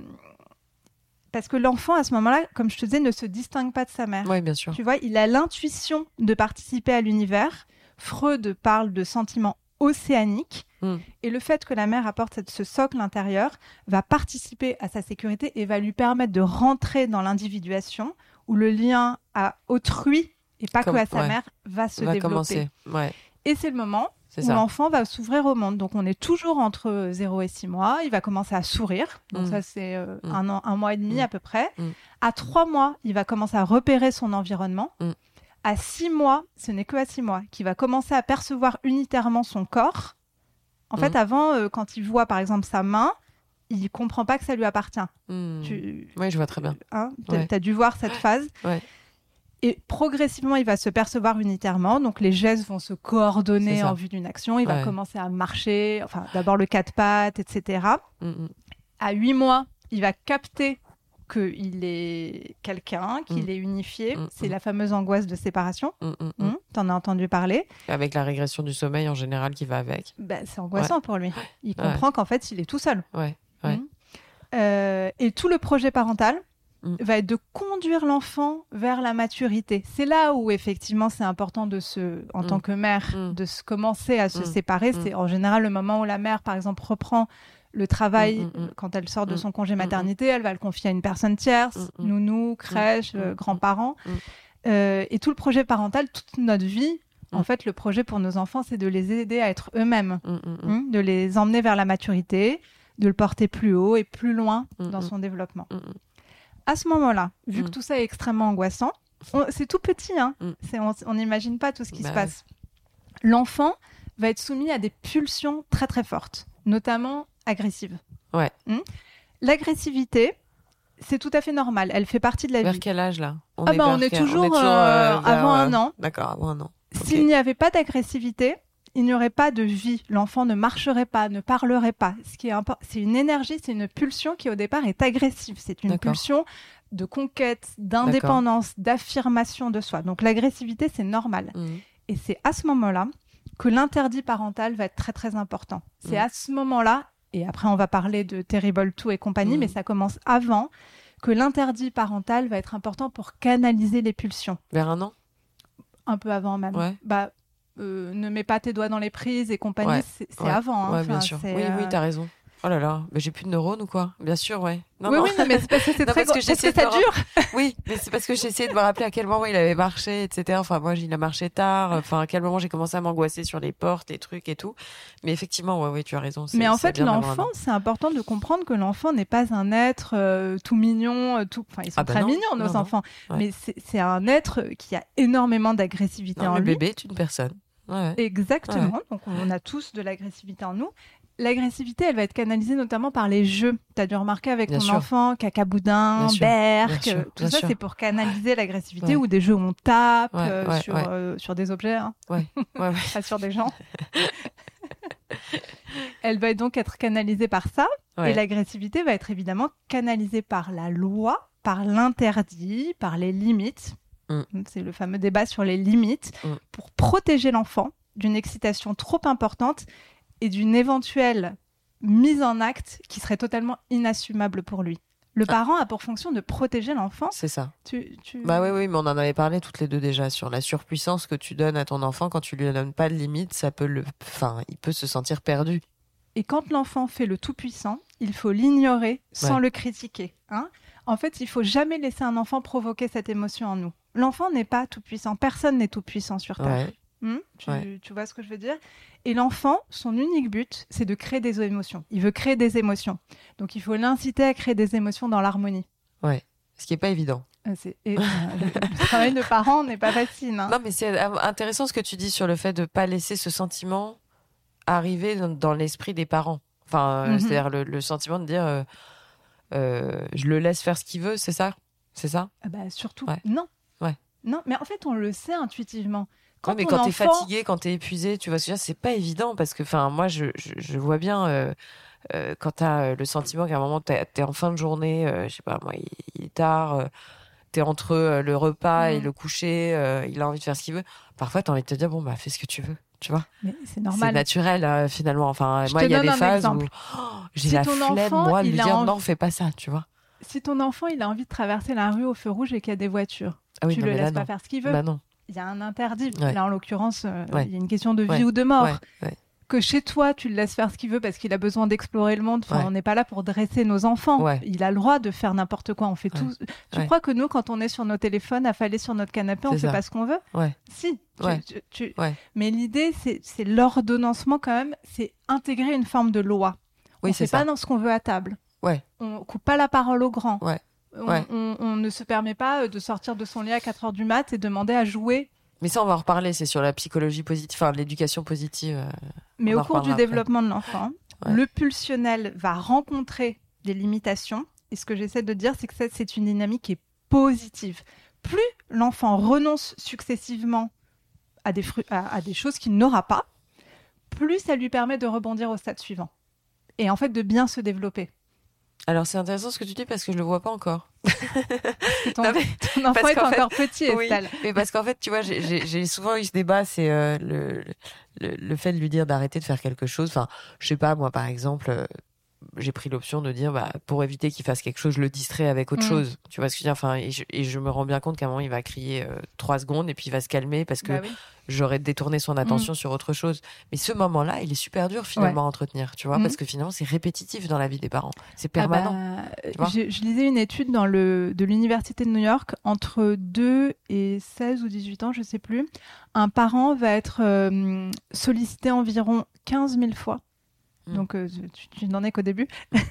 parce que l'enfant, à ce moment-là, comme je te disais, ne se distingue pas de sa mère. Oui, bien sûr. Tu vois, il a l'intuition de participer à l'univers. Freud parle de sentiments océaniques. Mm. Et le fait que la mère apporte cette- ce socle intérieur va participer à sa sécurité et va lui permettre de rentrer dans l'individuation où le lien à autrui et pas Comme- que à sa ouais. mère va se va développer. commencer. Ouais, Et c'est le moment c'est où ça. l'enfant va s'ouvrir au monde. Donc on est toujours entre zéro et six mois. Il va commencer à sourire. Donc Mm. ça c'est euh, Mm. un an, un mois et demi Mm. à peu près. Mm. À trois mois, il va commencer à repérer son environnement. Mm. À six mois, ce n'est que à six mois qu'il va commencer à percevoir unitairement son corps. En Mm. fait, avant, euh, quand il voit par exemple sa main, il comprend pas que ça lui appartient. Mm. Tu, Oui, je vois très bien. hein, t'as, Ouais. t'as dû voir cette phase. Ouais. Et progressivement, il va se percevoir unitairement. Donc, les gestes vont se coordonner C'est ça. en vue d'une action. Il va Ouais. commencer à marcher. Enfin, d'abord le quatre pattes, et cetera. Mm, mm. À huit mois, il va capter qu'il est quelqu'un, qu'il Mm. est unifié. Mm, C'est mm. la fameuse angoisse de séparation. Mm, mm, mm. Hum, T'en as entendu parler. Avec la régression du sommeil en général qui va avec. Bah, c'est angoissant pour lui. Il Ouais. comprend qu'en fait, il est tout seul. Ouais. Ouais. Hum. Euh, et tout le projet parental Mm. va être de conduire l'enfant vers la maturité. C'est là où effectivement c'est important de se, en Mm. tant que mère, Mm. de se commencer à se Mm. séparer. Mm. C'est en général le moment où la mère, par exemple, reprend le travail. Mm, mm, mm. euh, Quand elle sort de Mm. son congé Mm, maternité, elle va le confier à une personne tierce, Mm, mm. nounou, crèche, euh, Mm. grands-parents. Mm. Euh, et tout le projet parental, toute notre vie, en Mm. fait, le projet pour nos enfants, c'est de les aider à être eux-mêmes. Mm, mm, mm. Hum, de les emmener vers la maturité, de le porter plus haut et plus loin Mm, dans mm. son développement. Mm, mm. À ce moment-là, vu Mm. que tout ça est extrêmement angoissant, on- c'est tout petit, hein, Mm. c'est, on n'imagine pas tout ce qui Bah se passe. L'enfant va être soumis à des pulsions très très fortes, notamment agressives. Ouais. Hum. L'agressivité, c'est tout à fait normal, elle fait partie de la Vers vie. quel âge là on Ah bah, on vers est quel- toujours, euh, euh, vers, avant euh, un an. D'accord, avant un an. Ok. S'il n'y avait pas d'agressivité, il n'y aurait pas de vie. L'enfant ne marcherait pas, ne parlerait pas. Ce qui est impor- c'est une énergie, c'est une pulsion qui au départ est agressive. C'est une D'accord. pulsion de conquête, d'indépendance, d'affirmation de soi. Donc l'agressivité, c'est normal. Mm. Et c'est à ce moment-là que l'interdit parental va être très très important. C'est Mm. à ce moment-là, et après on va parler de Terrible deux et compagnie, Mm. mais ça commence avant, que l'interdit parental va être important pour canaliser les pulsions. Vers un an. Un peu avant même. Ouais. Bah, euh, ne mets pas tes doigts dans les prises et compagnie, Ouais. c'est c'est Ouais. avant. hein. Ouais, bien Enfin, sûr. c'est, Oui, oui, euh, t'as raison. Oh là là, mais j'ai plus de neurones ou quoi? Bien sûr, ouais. Non, oui, non. oui, non, mais c'est parce que c'est non, très parce que, parce que ça dure. Oui, mais c'est parce que j'essayais de me rappeler à quel moment il avait marché, et cetera. Enfin, moi, il a marché tard. Enfin, à quel moment j'ai commencé à m'angoisser sur les portes, les trucs et tout. Mais effectivement, ouais, ouais, tu as raison. Mais en fait, l'enfant, c'est important de comprendre que l'enfant n'est pas un être euh, tout mignon, tout. Enfin, ils sont ah bah très non, mignons, nos non, enfants. Non. Ouais. Mais c'est, c'est un être qui a énormément d'agressivité non, en le lui. Le bébé est une personne. Ouais. Exactement. Ouais. Donc, on a tous de l'agressivité en nous. L'agressivité, elle va être canalisée notamment par les jeux. Tu as dû remarquer avec bien ton sûr. enfant, cacaboudin, berk, sûr, tout ça, sûr. c'est pour canaliser l'agressivité ouais. ou des jeux où on tape ouais, euh, ouais, sur, ouais. Euh, sur des objets, hein. ouais. Ouais, ouais. Pas sur des gens. Elle va donc être canalisée par ça. Ouais. Et l'agressivité va être évidemment canalisée par la loi, par l'interdit, par les limites. Mm. C'est le fameux débat sur les limites mm. pour protéger l'enfant d'une excitation trop importante et d'une éventuelle mise en acte qui serait totalement inassumable pour lui. Le ah. parent a pour fonction de protéger l'enfant. C'est ça. Tu, tu... Bah oui, oui, mais on en avait parlé toutes les deux déjà sur la surpuissance que tu donnes à ton enfant quand tu lui donnes pas de limite, ça peut le, enfin, il peut se sentir perdu. Et quand l'enfant fait le tout-puissant, il faut l'ignorer sans ouais. le critiquer. Hein en fait, il faut jamais laisser un enfant provoquer cette émotion en nous. L'enfant n'est pas tout-puissant. Personne n'est tout-puissant sur Terre. Ouais. Hum, tu, ouais. tu vois ce que je veux dire? Et l'enfant, son unique but, c'est de créer des émotions. Il veut créer des émotions. Donc, il faut l'inciter à créer des émotions dans l'harmonie. Ouais, ce qui est pas évident. C'est... Et, euh, le, le travail de parent n'est pas facile. Hein. Non, mais c'est intéressant ce que tu dis sur le fait de pas laisser ce sentiment arriver dans, dans l'esprit des parents. Enfin, euh, mm-hmm. c'est-à-dire le, le sentiment de dire euh, euh, je le laisse faire ce qu'il veut, c'est ça? C'est ça? Ah bah, surtout, ouais. non. Ouais. Non, mais en fait, on le sait intuitivement. Quand, ouais, mais quand enfant... t'es fatigué, quand t'es épuisé, tu vois ce que je veux dire, c'est pas évident parce que, enfin, moi, je, je, je vois bien euh, euh, quand t'as le sentiment qu'à un moment t'es, t'es en fin de journée, euh, je sais pas, moi, il, il est tard, euh, t'es entre euh, le repas mmh. et le coucher, euh, il a envie de faire ce qu'il veut. Parfois, t'as envie de te dire bon bah fais ce que tu veux, tu vois. Mais c'est normal. C'est naturel euh, finalement. Enfin, je moi, il y a des phases exemple. où oh, j'ai si la flemme enfant, moi de lui dire envie... non, fais pas ça, tu vois. Si ton enfant il a envie de traverser la rue au feu rouge et qu'il y a des voitures, ah oui, tu non, le laisses là, pas non. faire ce qu'il veut. Bah non. Il y a un interdit. Ouais. Là, en l'occurrence, euh, ouais. il y a une question de vie ouais. ou de mort. Ouais. Ouais. Que chez toi, tu le laisses faire ce qu'il veut parce qu'il a besoin d'explorer le monde. Enfin, ouais. on n'est pas là pour dresser nos enfants. Ouais. Il a le droit de faire n'importe quoi. On fait ouais. tout. Tu ouais. crois que nous, quand on est sur nos téléphones, affalés sur notre canapé, on c'est fait ça. pas ce qu'on veut? Ouais. Si. Ouais. Tu, tu, tu... Ouais. Mais l'idée, c'est, c'est l'ordonnancement quand même. C'est intégrer une forme de loi. Oui, on c'est fait ça. pas dans ce qu'on veut à table. Ouais. On coupe pas la parole aux grands. Ouais. On, ouais. on, on ne se permet pas de sortir de son lit à quatre heures du mat et demander à jouer. Mais ça, on va en reparler. C'est sur la psychologie positive, enfin l'éducation positive. Euh, Mais au cours du après. développement de l'enfant, ouais. le pulsionnel va rencontrer des limitations. Et ce que j'essaie de dire, c'est que ça, c'est une dynamique qui est positive. Plus l'enfant renonce successivement à des, fru- à, à des choses qu'il n'aura pas, plus ça lui permet de rebondir au stade suivant. Et en fait, de bien se développer. Alors, c'est intéressant ce que tu dis parce que je le vois pas encore. Ton, non, mais, ton enfant est encore fait, petit, Estelle. Oui, mais parce qu'en fait, tu vois, j'ai, j'ai, j'ai souvent eu ce débat, c'est euh, le, le, le fait de lui dire d'arrêter de faire quelque chose. Enfin, je sais pas, moi, par exemple, euh, j'ai pris l'option de dire, bah, pour éviter qu'il fasse quelque chose, je le distrais avec autre mmh. chose. Tu vois ce que je veux dire? Enfin, et je, et je me rends bien compte qu'à un moment, il va crier euh, trois secondes et puis il va se calmer parce que bah oui. j'aurais détourné son attention mmh. sur autre chose. Mais ce moment-là, il est super dur finalement ouais. à entretenir, tu vois, mmh. parce que finalement, c'est répétitif dans la vie des parents. C'est permanent. Ah bah, tu vois je, je lisais une étude dans le, de l'université de New York, entre deux et seize ou dix-huit ans, je sais plus. Un parent va être euh, sollicité environ quinze mille fois. Donc, euh, tu, tu n'en es qu'au début.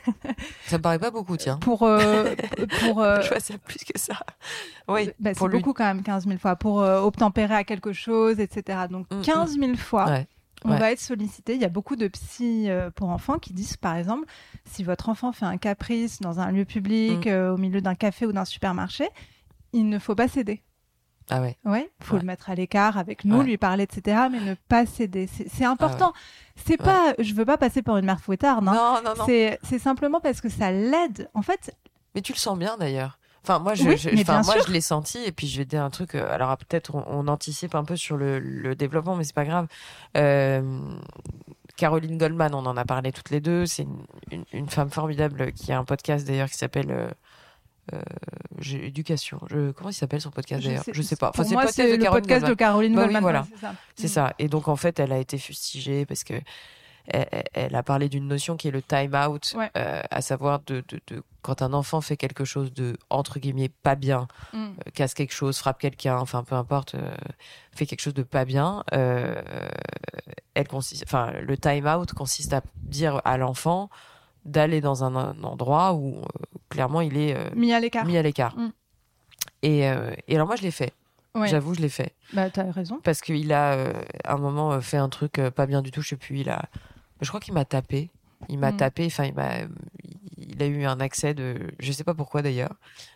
Ça me paraît pas beaucoup, tiens. Pour, euh, pour, euh, je vois ça plus que ça. Oui, bah, pour c'est lui. beaucoup quand même, quinze mille fois, pour euh, obtempérer à quelque chose, et cetera. Donc, quinze mille fois, ouais. on ouais. va être sollicité. Il y a beaucoup de psy euh, pour enfants qui disent, par exemple, si votre enfant fait un caprice dans un lieu public, mm. euh, au milieu d'un café ou d'un supermarché, il ne faut pas céder. Ah ouais. Ouais, faut ouais. le mettre à l'écart avec nous, ouais. lui parler, et cetera, mais ne pas céder. C'est, c'est important. Ah ouais. C'est pas, ouais. je veux pas passer pour une mère fouettarde. Hein. Non, non, non. C'est, c'est simplement parce que ça l'aide. En fait. Mais tu le sens bien d'ailleurs. Enfin, moi, je, oui, je, mais enfin, moi, sûr. je l'ai senti. Et puis, je vais te dire un truc. Euh, alors, peut-être, on, on anticipe un peu sur le, le développement, mais c'est pas grave. Euh, Caroline Goldman, on en a parlé toutes les deux. C'est une, une, une femme formidable qui a un podcast d'ailleurs qui s'appelle. Euh, Euh, j'ai éducation. Je, comment il s'appelle son podcast je d'ailleurs sais, Je sais pas. Enfin, enfin, c'est moi, le c'est podcast, le de, podcast Caroline de Caroline bah, Goldman. Oui, voilà. Ouais, c'est ça. C'est mmh. ça. Et donc en fait, elle a été fustigée parce que elle, elle a parlé d'une notion qui est le time out, ouais. euh, à savoir de, de, de quand un enfant fait quelque chose de entre guillemets pas bien, mm. euh, casse quelque chose, frappe quelqu'un, enfin peu importe, euh, fait quelque chose de pas bien, euh, elle consiste, enfin le time out consiste à dire à l'enfant d'aller dans un, un endroit où euh, clairement il est euh, mis à l'écart. Mis à l'écart. Mm. Et, euh, et alors moi je l'ai fait. Ouais. J'avoue, je l'ai fait. Bah, t'as raison. Parce qu'il a, euh, à un moment, euh, fait un truc euh, pas bien du tout. Je sais plus, il a... Je crois qu'il m'a tapé. Il m'a mmh. tapé, enfin, il m'a... Il a eu un accès de... Je sais pas pourquoi, d'ailleurs.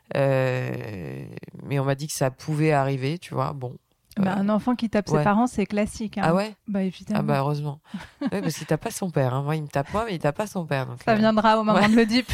Euh... Mais on m'a dit que ça pouvait arriver, tu vois. Bon. Bah, euh... Un enfant qui tape ouais. ses parents, c'est classique. Hein. Ah ouais? Bah, évidemment. Ah bah, heureusement. Oui, parce qu'il tape pas son père. Hein. Moi, il me tape moi, mais il tape pas son père. Donc, ça euh... viendra au moment ouais. de l'Oedipe.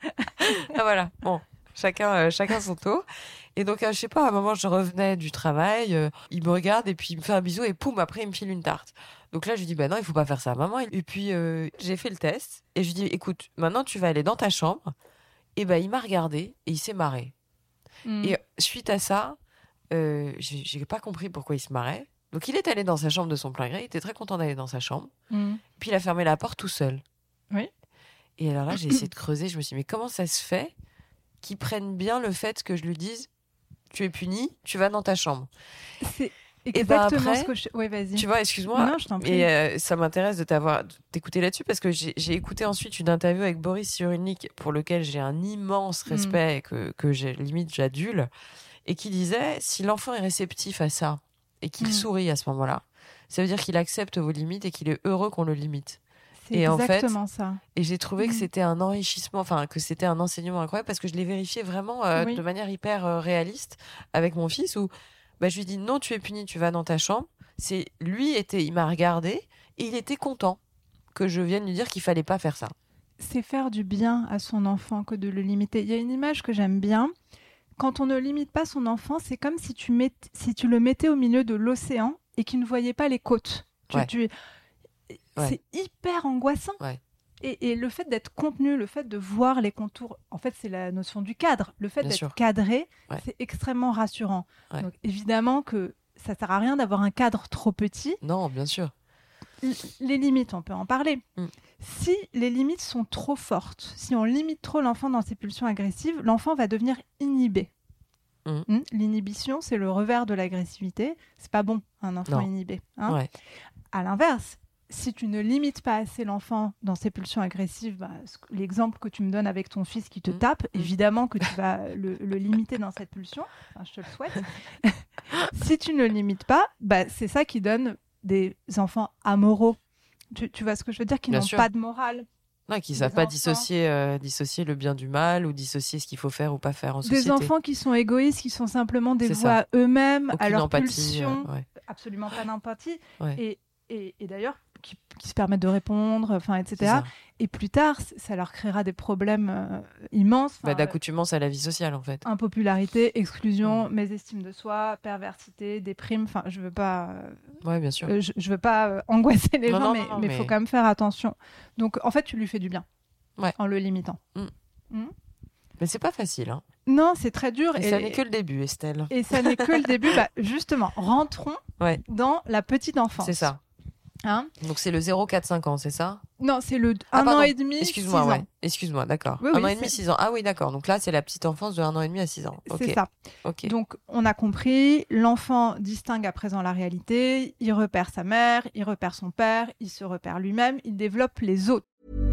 Ah, voilà, bon. Chacun, euh, chacun son tour. Et donc, euh, je sais pas, à un moment, je revenais du travail, euh, il me regarde et puis il me fait un bisou et poum, après, il me file une tarte. Donc là, je lui dis, bah non, il faut pas faire ça, maman. Et puis, euh, j'ai fait le test et je lui dis, écoute, maintenant, tu vas aller dans ta chambre. Et ben, bah, il m'a regardé et il s'est marré. Mmh. Et suite à ça, euh, j'ai, j'ai pas compris pourquoi il se marrait. Donc, il est allé dans sa chambre de son plein gré, il était très content d'aller dans sa chambre. Mmh. Puis, il a fermé la porte tout seul. Oui. Et alors là, j'ai essayé de creuser, je me suis dit, mais comment ça se fait qu'ils prennent bien le fait que je lui dise tu es puni, tu vas dans ta chambre. C'est exactement ben après, ce que je... Oui, vas-y. Tu vois, excuse-moi. Non, je t'en prie. Et euh, ça m'intéresse de t'avoir, de t'écouter là-dessus parce que j'ai, j'ai écouté ensuite une interview avec Boris Cyrulnik pour lequel j'ai un immense respect mm. et que, que j'ai, limite j'adule et qui disait si l'enfant est réceptif à ça et qu'il mm. sourit à ce moment-là, ça veut dire qu'il accepte vos limites et qu'il est heureux qu'on le limite. C'est et exactement en fait, ça. Et j'ai trouvé mmh. que c'était un enrichissement, enfin que c'était un enseignement incroyable parce que je l'ai vérifié vraiment euh, oui. de manière hyper euh, réaliste avec mon fils où bah, je lui dis non, tu es puni, tu vas dans ta chambre. C'est lui était, il m'a regardé et il était content que je vienne lui dire qu'il fallait pas faire ça. C'est faire du bien à son enfant que de le limiter. Il y a une image que j'aime bien. Quand on ne limite pas son enfant, c'est comme si tu, met... si tu le mettais au milieu de l'océan et qu'il ne voyait pas les côtes. Tu, ouais. tu... Ouais. C'est hyper angoissant. Ouais. Et, et le fait d'être contenu, le fait de voir les contours, en fait, c'est la notion du cadre. Le fait Bien d'être sûr. cadré, ouais. c'est extrêmement rassurant. Ouais. Donc, évidemment que ça ne sert à rien d'avoir un cadre trop petit. Non, bien sûr. L- les limites, on peut en parler. Mm. Si les limites sont trop fortes, si on limite trop l'enfant dans ses pulsions agressives, l'enfant va devenir inhibé. Mm. Mm. L'inhibition, c'est le revers de l'agressivité. C'est pas bon, un enfant non. inhibé. Hein. Ouais. À l'inverse, si tu ne limites pas assez l'enfant dans ses pulsions agressives, bah, l'exemple que tu me donnes avec ton fils qui te mmh. tape, mmh. évidemment que tu vas le, le limiter dans cette pulsion. Enfin, je te le souhaite. Si tu ne limites pas, bah, c'est ça qui donne des enfants amoraux. Tu, tu vois ce que je veux dire? Qui Bien n'ont sûr. pas de morale. Non, qui ne savent pas dissocier, euh, dissocier le bien du mal ou dissocier ce qu'il faut faire ou pas faire en société. Des enfants qui sont égoïstes, qui sont simplement dévoués à eux-mêmes, Aucune à leurs empathie, pulsions. Euh, ouais. Absolument pas d'empathie. Ouais. Et, et, et d'ailleurs, Qui, qui se permettent de répondre, enfin, et cetera. Et plus tard, ça leur créera des problèmes euh, immenses. Bah, d'accoutumance à la vie sociale, en fait. Impopularité, exclusion, mmh. mésestime de soi, perversité, déprime. Enfin, je veux pas. Euh, ouais, bien sûr. Euh, je, je veux pas euh, angoisser les non, gens, non, mais il mais mais... faut quand même faire attention. Donc, en fait, tu lui fais du bien. Ouais. En le limitant. Mmh. Mmh. Mais c'est pas facile, hein. Non, c'est très dur. Et, et ça n'est que le début, Estelle. Et ça n'est que le début. Bah, justement, rentrons ouais. dans la petite enfance. C'est ça. Hein? Donc c'est le zéro quatre cinq ans, c'est ça? Non, c'est le ah, un pardon. an et demi, Excuse-moi, six ouais. ans. Excuse-moi, d'accord. Oui, un oui, an et demi, six ans. Ah oui, d'accord. Donc là, c'est la petite enfance de un an et demi à six ans. Okay. C'est ça. Okay. Donc on a compris, l'enfant distingue à présent la réalité, il repère sa mère, il repère son père, il se repère lui-même, il développe les autres.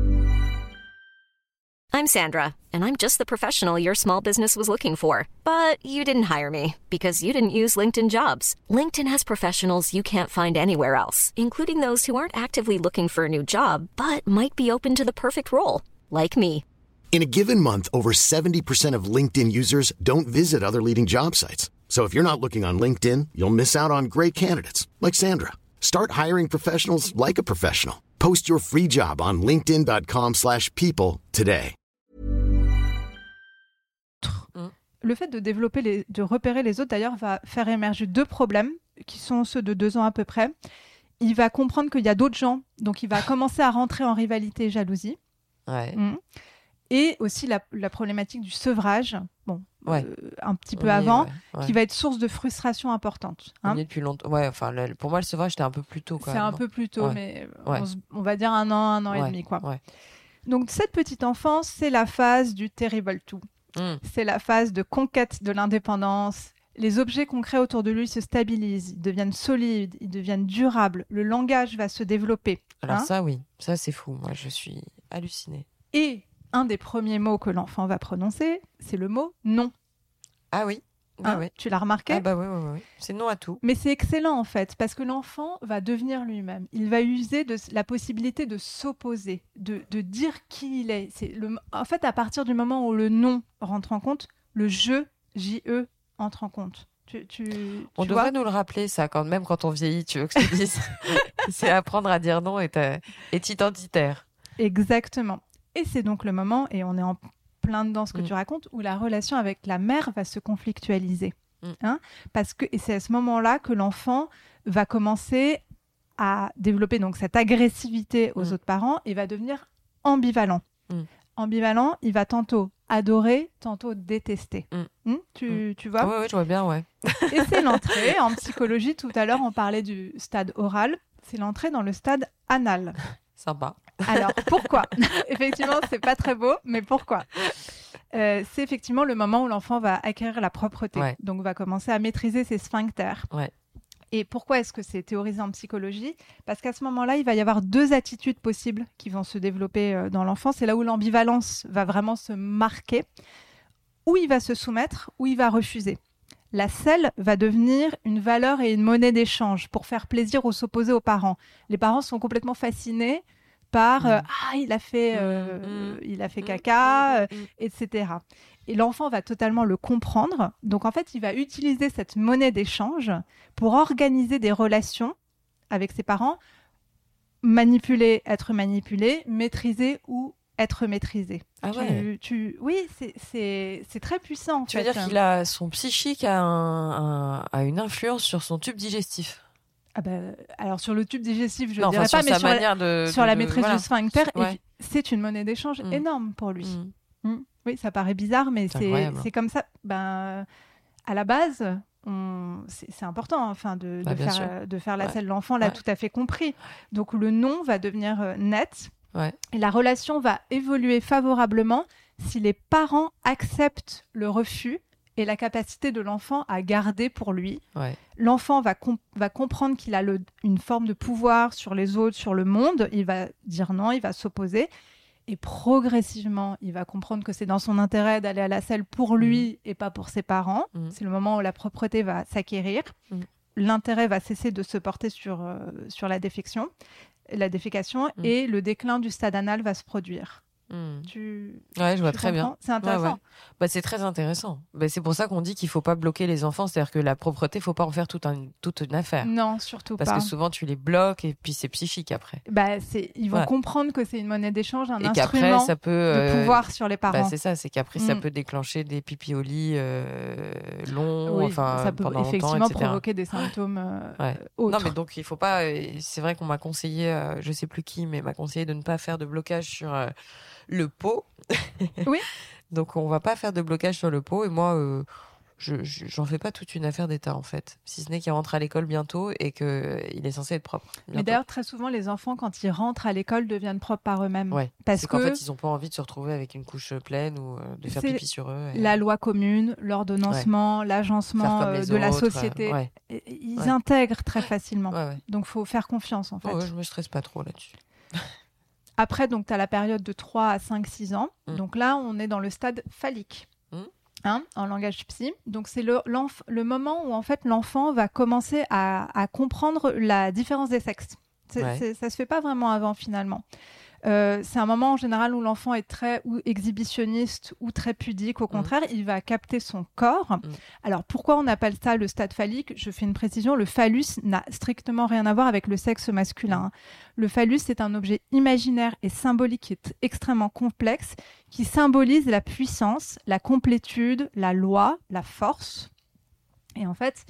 I'm Sandra, and I'm just the professional your small business was looking for. But you didn't hire me because you didn't use LinkedIn Jobs. LinkedIn has professionals you can't find anywhere else, including those who aren't actively looking for a new job, but might be open to the perfect role, like me. In a given month, over seventy percent of LinkedIn users don't visit other leading job sites. So if you're not looking on LinkedIn, you'll miss out on great candidates, like Sandra. Start hiring professionals like a professional. Post your free job on linkedin.com slash people today. Le fait de développer, les, de repérer les autres, d'ailleurs, va faire émerger deux problèmes, qui sont ceux de deux ans à peu près. Il va comprendre qu'il y a d'autres gens, donc il va commencer à rentrer en rivalité et jalousie. Ouais. Mmh. Et aussi la, la problématique du sevrage, bon, ouais. euh, un petit peu oui, avant, ouais, ouais. qui va être source de frustration importante. Hein. On y est depuis longtemps. Ouais, enfin, le, pour moi, le sevrage, c'était un peu plus tôt. Quand C'est même, un non peu plus tôt, ouais. mais ouais. On, on va dire un an, un an ouais. et demi, quoi. Ouais. Donc, cette petite enfance, c'est la phase du terrible two. Mm. C'est la phase de conquête de l'indépendance. Les objets concrets autour de lui se stabilisent, ils deviennent solides, ils deviennent durables. Le langage va se développer. Alors hein. ça, oui, ça c'est fou. Moi, je suis hallucinée. Et un des premiers mots que l'enfant va prononcer, c'est le mot non. Ah oui. Bah hein, oui. Tu l'as remarqué ? Ah bah oui, oui, oui. C'est non à tout. Mais c'est excellent en fait, parce que l'enfant va devenir lui-même. Il va user de la possibilité de s'opposer, de, de dire qui il est. C'est le, en fait, à partir du moment où le non rentre en compte, le je, J-E, entre en compte. Tu, tu, on tu devrait vois nous le rappeler, ça, quand même quand on vieillit, tu veux que je te dise. C'est apprendre à dire non est, est identitaire. Exactement. Et c'est donc le moment, et on est en plein dedans ce que mm. tu racontes, où la relation avec la mère va se conflictualiser. Mm. Hein Parce que, et c'est à ce moment-là que l'enfant va commencer à développer donc cette agressivité aux mm. autres parents et va devenir ambivalent. Mm. Ambivalent, il va tantôt adorer, tantôt détester. Mm. Mm, tu, mm. tu vois ? Oui, oui, je vois bien, ouais. Et c'est l'entrée, en psychologie, tout à l'heure, on parlait du stade oral, c'est l'entrée dans le stade anal. Sympa. Alors, pourquoi ? Effectivement, c'est pas très beau, mais pourquoi ? euh, C'est effectivement le moment où l'enfant va acquérir la propreté, ouais. donc va commencer à maîtriser ses sphincters. Ouais. Et pourquoi est-ce que c'est théorisé en psychologie ? Parce qu'à ce moment-là, il va y avoir deux attitudes possibles qui vont se développer euh, dans l'enfant. C'est là où l'ambivalence va vraiment se marquer, où il va se soumettre, où il va refuser. La selle va devenir une valeur et une monnaie d'échange pour faire plaisir ou s'opposer aux parents. Les parents sont complètement fascinés par euh, mmh. ah il a fait euh, mmh. il a fait caca, euh, et cetera. Et l'enfant va totalement le comprendre. Donc en fait, il va utiliser cette monnaie d'échange pour organiser des relations avec ses parents, manipuler, être manipulé, maîtriser ou être maîtrisé. Ah tu, ouais. tu... Oui, c'est, c'est, c'est très puissant. Tu veux dire qu'il a son psychique a, un, un, a une influence sur son tube digestif. Ah bah, alors sur le tube digestif, je ne non, dirais pas, mais sur, sur, la, de, sur de, la de, maîtrise voilà. du sphincter, Ouais. c'est une monnaie d'échange mmh. énorme pour lui. Mmh. Mmh. Oui, ça paraît bizarre, mais c'est, c'est, c'est comme ça. Ben, à la base, on... c'est, c'est important enfin, de, bah, de, faire, de faire la ouais. selle. L'enfant l'a ouais. tout à fait compris. Donc le non va devenir euh, net. Ouais. Et la relation va évoluer favorablement si les parents acceptent le refus et la capacité de l'enfant à garder pour lui. Ouais. L'enfant va, comp- va comprendre qu'il a le, une forme de pouvoir sur les autres, sur le monde. Il va dire non, il va s'opposer. Et progressivement, il va comprendre que c'est dans son intérêt d'aller à la selle pour lui mmh. et pas pour ses parents. Mmh. C'est le moment où la propreté va s'acquérir. Mmh. L'intérêt va cesser de se porter sur, euh, sur la défection, la défécation mmh. et le déclin du stade anal va se produire. Mmh. Tu... Ouais, je vois tu très comprends ? bien. C'est intéressant. Ouais, ouais. Bah, c'est très intéressant. Bah, c'est pour ça qu'on dit qu'il faut pas bloquer les enfants, c'est-à-dire que la propreté, faut pas en faire toute, un, toute une affaire. Non, surtout Parce pas. Parce que souvent tu les bloques et puis c'est psychique après. Bah, c'est... Ils vont ouais. comprendre que c'est une monnaie d'échange, un et instrument ça peut, euh... de pouvoir sur les parents. Bah, c'est ça, c'est qu'après mmh. ça peut déclencher des pipis au lit euh, longs, oui, enfin ça peut pendant effectivement longtemps, et cetera. Provoquer des symptômes euh, ouais. autres. Non, mais donc il faut pas. C'est vrai qu'on m'a conseillé, euh, je sais plus qui, mais m'a conseillé de ne pas faire de blocage sur euh, le pot. Oui. Donc on va pas faire de blocage sur le pot et moi euh, je, je j'en fais pas toute une affaire d'état en fait, si ce n'est qu'il rentre à l'école bientôt et que euh, il est censé être propre. Bientôt. Mais d'ailleurs très souvent les enfants quand ils rentrent à l'école deviennent propres par eux-mêmes. Ouais. Parce c'est que qu'en fait ils ont pas envie de se retrouver avec une couche pleine ou euh, de faire c'est pipi sur eux. Et... La loi commune, l'ordonnancement, ouais. l'agencement euh, de la autres, société, euh, ouais. ils ouais. intègrent très facilement. Ouais, ouais. Donc faut faire confiance en fait. Oh, ouais, je me stresse pas trop là-dessus. Après, donc, tu as la période de trois à cinq six ans. Mmh. Donc là, on est dans le stade phallique, mmh. hein, en langage psy. Donc, c'est le, le moment où, en fait, l'enfant va commencer à, à comprendre la différence des sexes. C'est, ouais. c'est, ça se fait pas vraiment avant, finalement. Euh, c'est un moment, en général, où l'enfant est très ou exhibitionniste ou très pudique. Au contraire, mmh. il va capter son corps. Mmh. Alors, pourquoi on appelle ça le stade phallique ? Je fais une précision. Le phallus n'a strictement rien à voir avec le sexe masculin. Mmh. Le phallus, c'est un objet imaginaire et symbolique qui est extrêmement complexe, qui symbolise la puissance, la complétude, la loi, la force. Et en fait,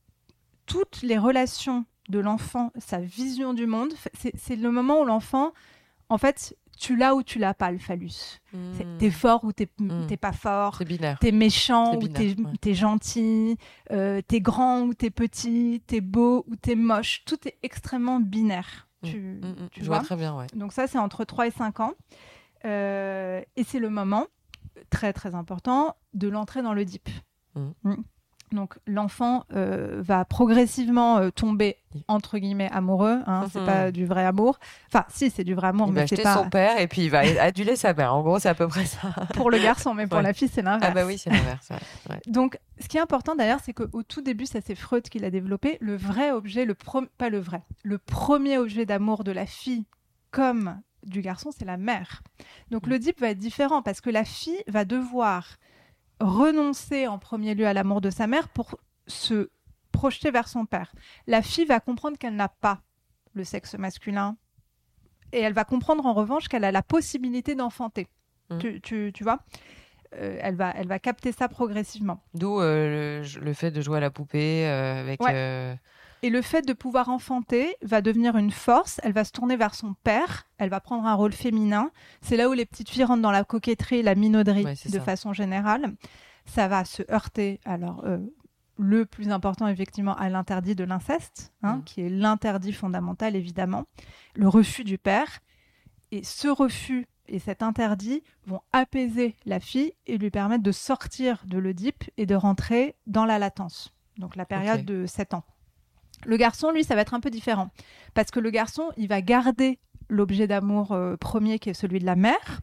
toutes les relations de l'enfant, sa vision du monde, c'est, c'est le moment où l'enfant... En fait, tu l'as ou tu l'as pas, le phallus. Mmh. C'est, t'es fort ou t'es, Mmh. t'es pas fort. C'est binaire. T'es méchant C'est ou binaire, t'es, ouais. t'es gentil. Euh, t'es grand ou t'es petit. T'es beau ou t'es moche. Tout est extrêmement binaire. Mmh. Tu, Mmh. tu Je vois, vois très bien, ouais. Donc ça, c'est entre trois et cinq ans. Euh, et c'est le moment, très très important, de l'entrée dans le dip. Mmh. Mmh. Donc l'enfant euh, va progressivement euh, tomber entre guillemets amoureux, hein, c'est Mhm. pas du vrai amour. Enfin, si, c'est du vrai amour, Il mais va c'est acheter pas son père et puis il va aduler sa mère. En gros, c'est à peu près ça. pour le garçon, mais pour Ouais. la fille, c'est l'inverse. Ah bah oui, c'est l'inverse. Ouais. Ouais. Donc, ce qui est important d'ailleurs, c'est qu'au tout début, ça c'est Freud qui l'a développé. Le vrai objet, le pro- pas le vrai, le premier objet d'amour de la fille comme du garçon, c'est la mère. Donc le dip va être différent parce que la fille va devoir renoncer en premier lieu à l'amour de sa mère pour se projeter vers son père. La fille va comprendre qu'elle n'a pas le sexe masculin et elle va comprendre en revanche qu'elle a la possibilité d'enfanter. Mmh. Tu, tu, tu vois euh, elle, va, elle va capter ça progressivement. D'où euh, le, le fait de jouer à la poupée euh, avec. Ouais. Euh... Et le fait de pouvoir enfanter va devenir une force. Elle va se tourner vers son père. Elle va prendre un rôle féminin. C'est là où les petites filles rentrent dans la coquetterie et la minauderie Ouais, c'est de ça. façon générale. Ça va se heurter. Alors, euh, le plus important, effectivement, à l'interdit de l'inceste, hein, Mm. qui est l'interdit fondamental, évidemment. Le refus du père. Et ce refus et cet interdit vont apaiser la fille et lui permettre de sortir de l'Oedipe et de rentrer dans la latence. Donc, la période Ok. de sept ans. Le garçon, lui, ça va être un peu différent. Parce que le garçon, il va garder l'objet d'amour euh, premier qui est celui de la mère.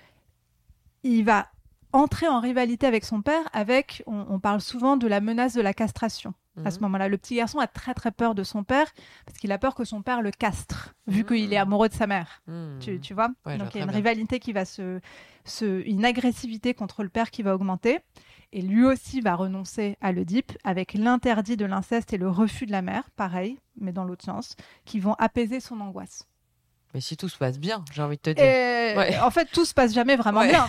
Il va entrer en rivalité avec son père avec, on, on parle souvent de la menace de la castration. Mhm. À ce moment-là, le petit garçon a très très peur de son père parce qu'il a peur que son père le castre, vu Mhm. qu'il est amoureux de sa mère. Mmh. Tu, tu vois Ouais, je Donc vois il y a très une bien. rivalité qui va se, se... une agressivité contre le père qui va augmenter. Et lui aussi va renoncer à l'Oedipe avec l'interdit de l'inceste et le refus de la mère, pareil, mais dans l'autre sens, qui vont apaiser son angoisse. Mais si tout se passe bien, j'ai envie de te dire. Et Ouais. en fait, tout se passe jamais vraiment Ouais. bien.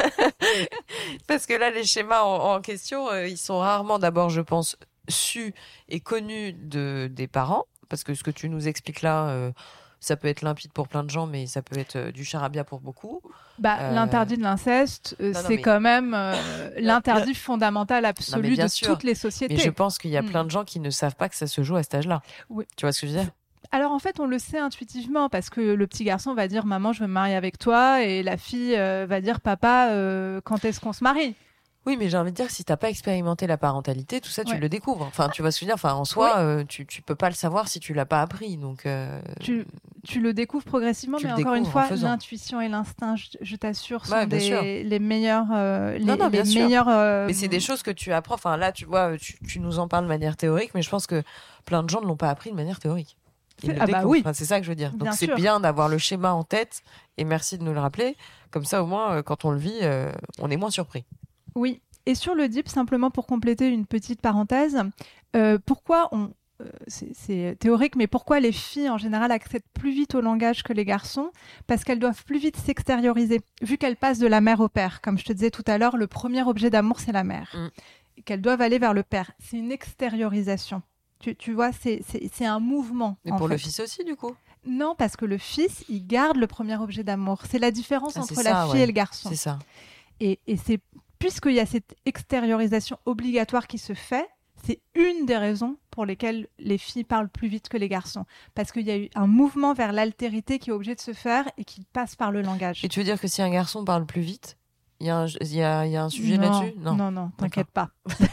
Parce que là, les schémas en, en question, euh, ils sont rarement, d'abord, je pense, su et connus de, des parents. Parce que ce que tu nous expliques là, euh, ça peut être limpide pour plein de gens, mais ça peut être euh, du charabia pour beaucoup. Bah, Euh, l'interdit de l'inceste, euh, non, non, c'est mais- quand même euh, l'interdit fondamental absolu bien de sûr. toutes les sociétés. Mais je pense qu'il y a Mm. plein de gens qui ne savent pas que ça se joue à cet âge-là. Oui. Tu vois ce que je veux dire? Alors en fait, on le sait intuitivement parce que le petit garçon va dire maman, je veux me marier avec toi, et la fille euh, va dire papa, euh, quand est-ce qu'on se marie? Oui, mais j'ai envie de dire, si t'as pas expérimenté la parentalité, tout ça, tu Ouais. le découvres. Enfin, tu vois ce que je veux dire? Enfin, en soi, Oui. euh, tu, tu peux pas le savoir si tu l'as pas appris. Donc, euh, Tu, tu le découvres progressivement, Tu mais le encore une découvres en fois, faisant. l'intuition et l'instinct, je, je t'assure, sont Ouais, bien sûr. des, les meilleurs, euh, les, Non, non, bien les sûr. meilleurs. euh, mais c'est des choses que tu apprends. Enfin, là, tu vois, tu, tu nous en parles de manière théorique, mais je pense que plein de gens ne l'ont pas appris de manière théorique. Ils C'est- le ah bah découvrent. oui. Enfin, c'est ça que je veux dire. Bien Donc, c'est sûr. bien d'avoir le schéma en tête. Et merci de nous le rappeler. Comme ça, au moins, euh, quand on le vit, euh, on est moins surpris. Oui. Et sur le dip, simplement pour compléter une petite parenthèse, euh, pourquoi on, euh, c'est, c'est théorique, mais pourquoi les filles en général accèdent plus vite au langage que les garçons? Parce qu'elles doivent plus vite s'extérioriser, vu qu'elles passent de la mère au père. Comme je te disais tout à l'heure, le premier objet d'amour, c'est la mère. Mm. Et qu'elles doivent aller vers le père. C'est une extériorisation. Tu, tu vois, c'est, c'est, c'est un mouvement. Mais en pour le fait. fils aussi, du coup. Non, parce que le fils, il garde le premier objet d'amour. C'est la différence Ah, entre c'est la ça, fille ouais. et le garçon. C'est ça. Et, et c'est puisqu'il y a cette extériorisation obligatoire qui se fait, c'est une des raisons pour lesquelles les filles parlent plus vite que les garçons. Parce qu'il y a eu un mouvement vers l'altérité qui est obligé de se faire et qui passe par le langage. Et tu veux dire que si un garçon parle plus vite, il y, a un- il y, a, il y a un sujet non, là-dessus? Non, non, non, t'inquiète pas.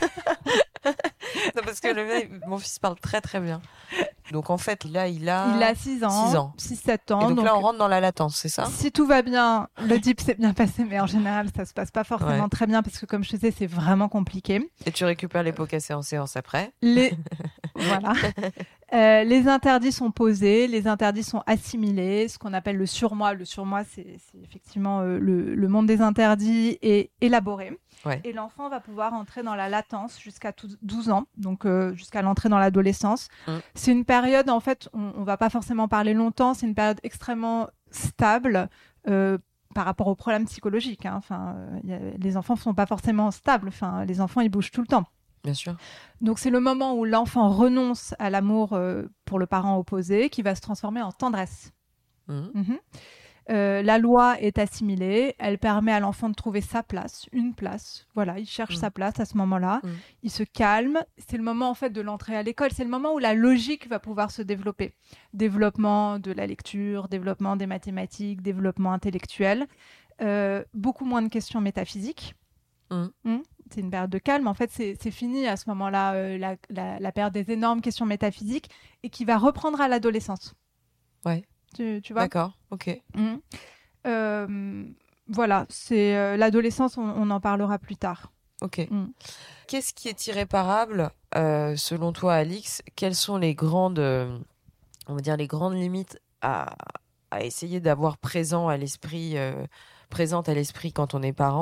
Non, parce que le mec, mon fils parle très très bien. Donc en fait, là, il a. Il a six ans, six ans. six sept Et ans. donc, là, on rentre dans la latence, c'est ça? Si tout va bien, le dip s'est bien passé, mais en général, ça se passe pas forcément Ouais. très bien parce que, comme je te disais, c'est vraiment compliqué. Et tu récupères les pots cassés en séance après. Les... voilà. Euh, les interdits sont posés, les interdits sont assimilés, ce qu'on appelle le surmoi. Le surmoi, c'est, c'est effectivement euh, le, le monde des interdits est élaboré. Ouais. Et l'enfant va pouvoir entrer dans la latence jusqu'à tout- douze ans, donc euh, jusqu'à l'entrée dans l'adolescence. Mm. C'est une période, en fait, on, on va pas forcément parler longtemps, c'est une période extrêmement stable euh, par rapport aux problèmes psychologiques. Hein. Enfin, euh, y a, les enfants sont pas forcément stables. Enfin, les enfants, ils bougent tout le temps. Bien sûr. Donc c'est le moment où l'enfant renonce à l'amour euh, pour le parent opposé qui va se transformer en tendresse. Mhm. Mhm. Euh, la loi est assimilée, elle permet à l'enfant de trouver sa place, une place. Voilà, il cherche mmh. sa place à ce moment-là. Mmh. Il se calme. C'est le moment en fait de l'entrée à l'école. C'est le moment où la logique va pouvoir se développer. Développement de la lecture, développement des mathématiques, développement intellectuel. Euh, beaucoup moins de questions métaphysiques. Mmh. Mmh. C'est une période de calme. En fait, c'est, c'est fini à ce moment-là, euh, la, la, la période des énormes questions métaphysiques et qui va reprendre à l'adolescence. Ouais. Tu, tu vois ? D'accord, ok. Mmh. Euh, voilà, c'est euh, l'adolescence, on, on en parlera plus tard. Ok. Mmh. Qu'est-ce qui est irréparable, euh, selon toi, Alix ? Quelles sont les grandes, euh, on va dire, les grandes limites à, à essayer d'avoir présent à l'esprit, euh, présente à l'esprit quand on est parent ?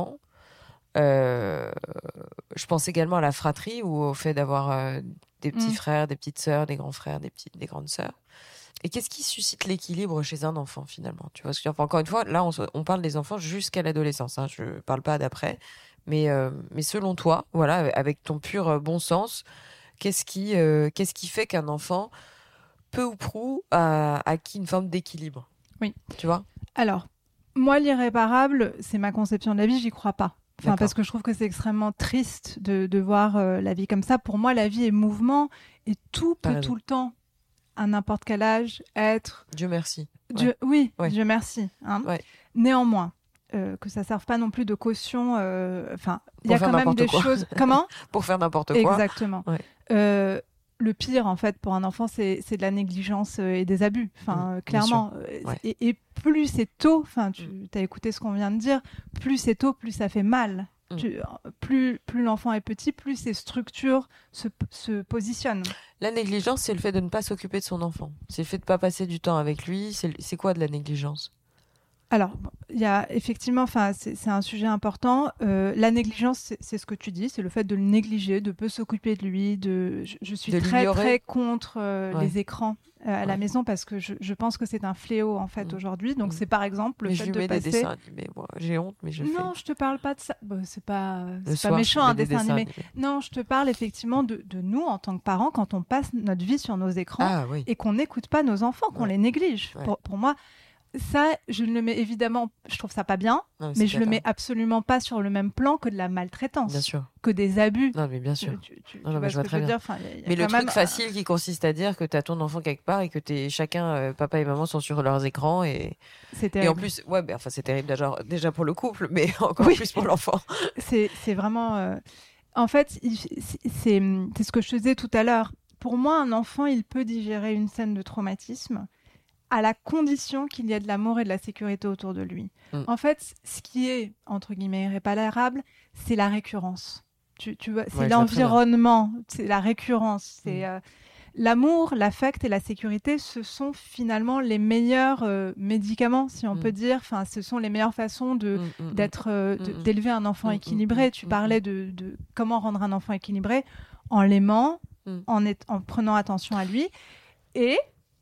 Euh, je pense également à la fratrie ou au fait d'avoir euh, des petits mmh. frères, des petites sœurs, des grands frères, des petites, des grandes sœurs. Et qu'est-ce qui suscite l'équilibre chez un enfant finalement ? Tu vois, parce que, enfin, encore une fois, là, on, on parle des enfants jusqu'à l'adolescence. Hein, je parle pas d'après, mais euh, mais selon toi, voilà, avec ton pur bon sens, qu'est-ce qui euh, qu'est-ce qui fait qu'un enfant peu ou prou a acquis une forme d'équilibre ? Oui. Tu vois ? Alors, moi, l'irréparable, c'est ma conception de la vie. J'y crois pas. Enfin, parce que je trouve que c'est extrêmement triste de, de voir euh, la vie comme ça. Pour moi, la vie est mouvement et tout peut tout le temps, à n'importe quel âge, être... Dieu merci. Dieu... Ouais. Oui, ouais. Dieu merci. Hein. Ouais. Néanmoins, euh, que ça serve pas non plus de caution. Enfin, euh, il y a quand même des quoi. choses... Comment ? Pour faire n'importe quoi. Exactement. Ouais. Euh, le pire, en fait, pour un enfant, c'est, c'est de la négligence et des abus. Enfin, mmh, clairement. Ouais. Et, et plus c'est tôt, enfin, tu mmh. as écouté ce qu'on vient de dire, plus c'est tôt, plus ça fait mal. Mmh. Tu, plus, plus l'enfant est petit, plus ses structures se, se positionnent. La négligence, c'est le fait de ne pas s'occuper de son enfant. C'est le fait de ne pas passer du temps avec lui. C'est, c'est quoi de la négligence ? Alors, il y a effectivement, enfin, c'est, c'est un sujet important. Euh, la négligence, c'est, c'est ce que tu dis, c'est le fait de le négliger, de peu s'occuper de lui. De, je, je suis de très l'ignorer. très contre euh, ouais. les écrans euh, à ouais. la maison parce que je, je pense que c'est un fléau en fait mmh. aujourd'hui. Donc mmh. c'est par exemple le mais fait je lui de mets passer. Des dessins animés, moi. J'ai honte, mais je. Non, fais. je te parle pas de ça. Bon, c'est pas, le c'est soir, pas méchant un dessin animé. animés. Non, je te parle effectivement de, de nous en tant que parents quand on passe notre vie sur nos écrans ah, oui. et qu'on n'écoute pas nos enfants, qu'on ouais. les néglige. Ouais. Pour, pour moi. Ça, je ne le mets évidemment, je trouve ça pas bien, non, mais je le mets absolument pas sur le même plan que de la maltraitance, bien sûr. que des abus. Non, mais bien sûr. Tu, tu, tu, non, non, tu mais je vois très bien. Dire enfin, y a, y a mais le truc même... facile qui consiste à dire que tu as ton enfant quelque part et que t'es, chacun, euh, papa et maman, sont sur leurs écrans et, c'est terrible. Et en plus, ouais, ben, enfin, c'est terrible déjà, déjà pour le couple, mais encore oui. plus pour l'enfant. c'est, c'est vraiment. Euh... En fait, c'est, c'est, c'est ce que je te disais tout à l'heure. Pour moi, un enfant, il peut digérer une scène de traumatisme à la condition qu'il y ait de l'amour et de la sécurité autour de lui. Mm. En fait, ce qui est, entre guillemets, irréparable, c'est la récurrence. Tu, tu vois, c'est ouais, l'environnement, c'est la récurrence. C'est, mm. euh, l'amour, l'affect et la sécurité, ce sont finalement les meilleurs euh, médicaments, si on mm. peut dire. Enfin, ce sont les meilleures façons de, mm. d'être, euh, de, mm. d'élever un enfant mm. équilibré. Tu mm. parlais de, de comment rendre un enfant équilibré en l'aimant, mm. en, est, en prenant attention à lui. Et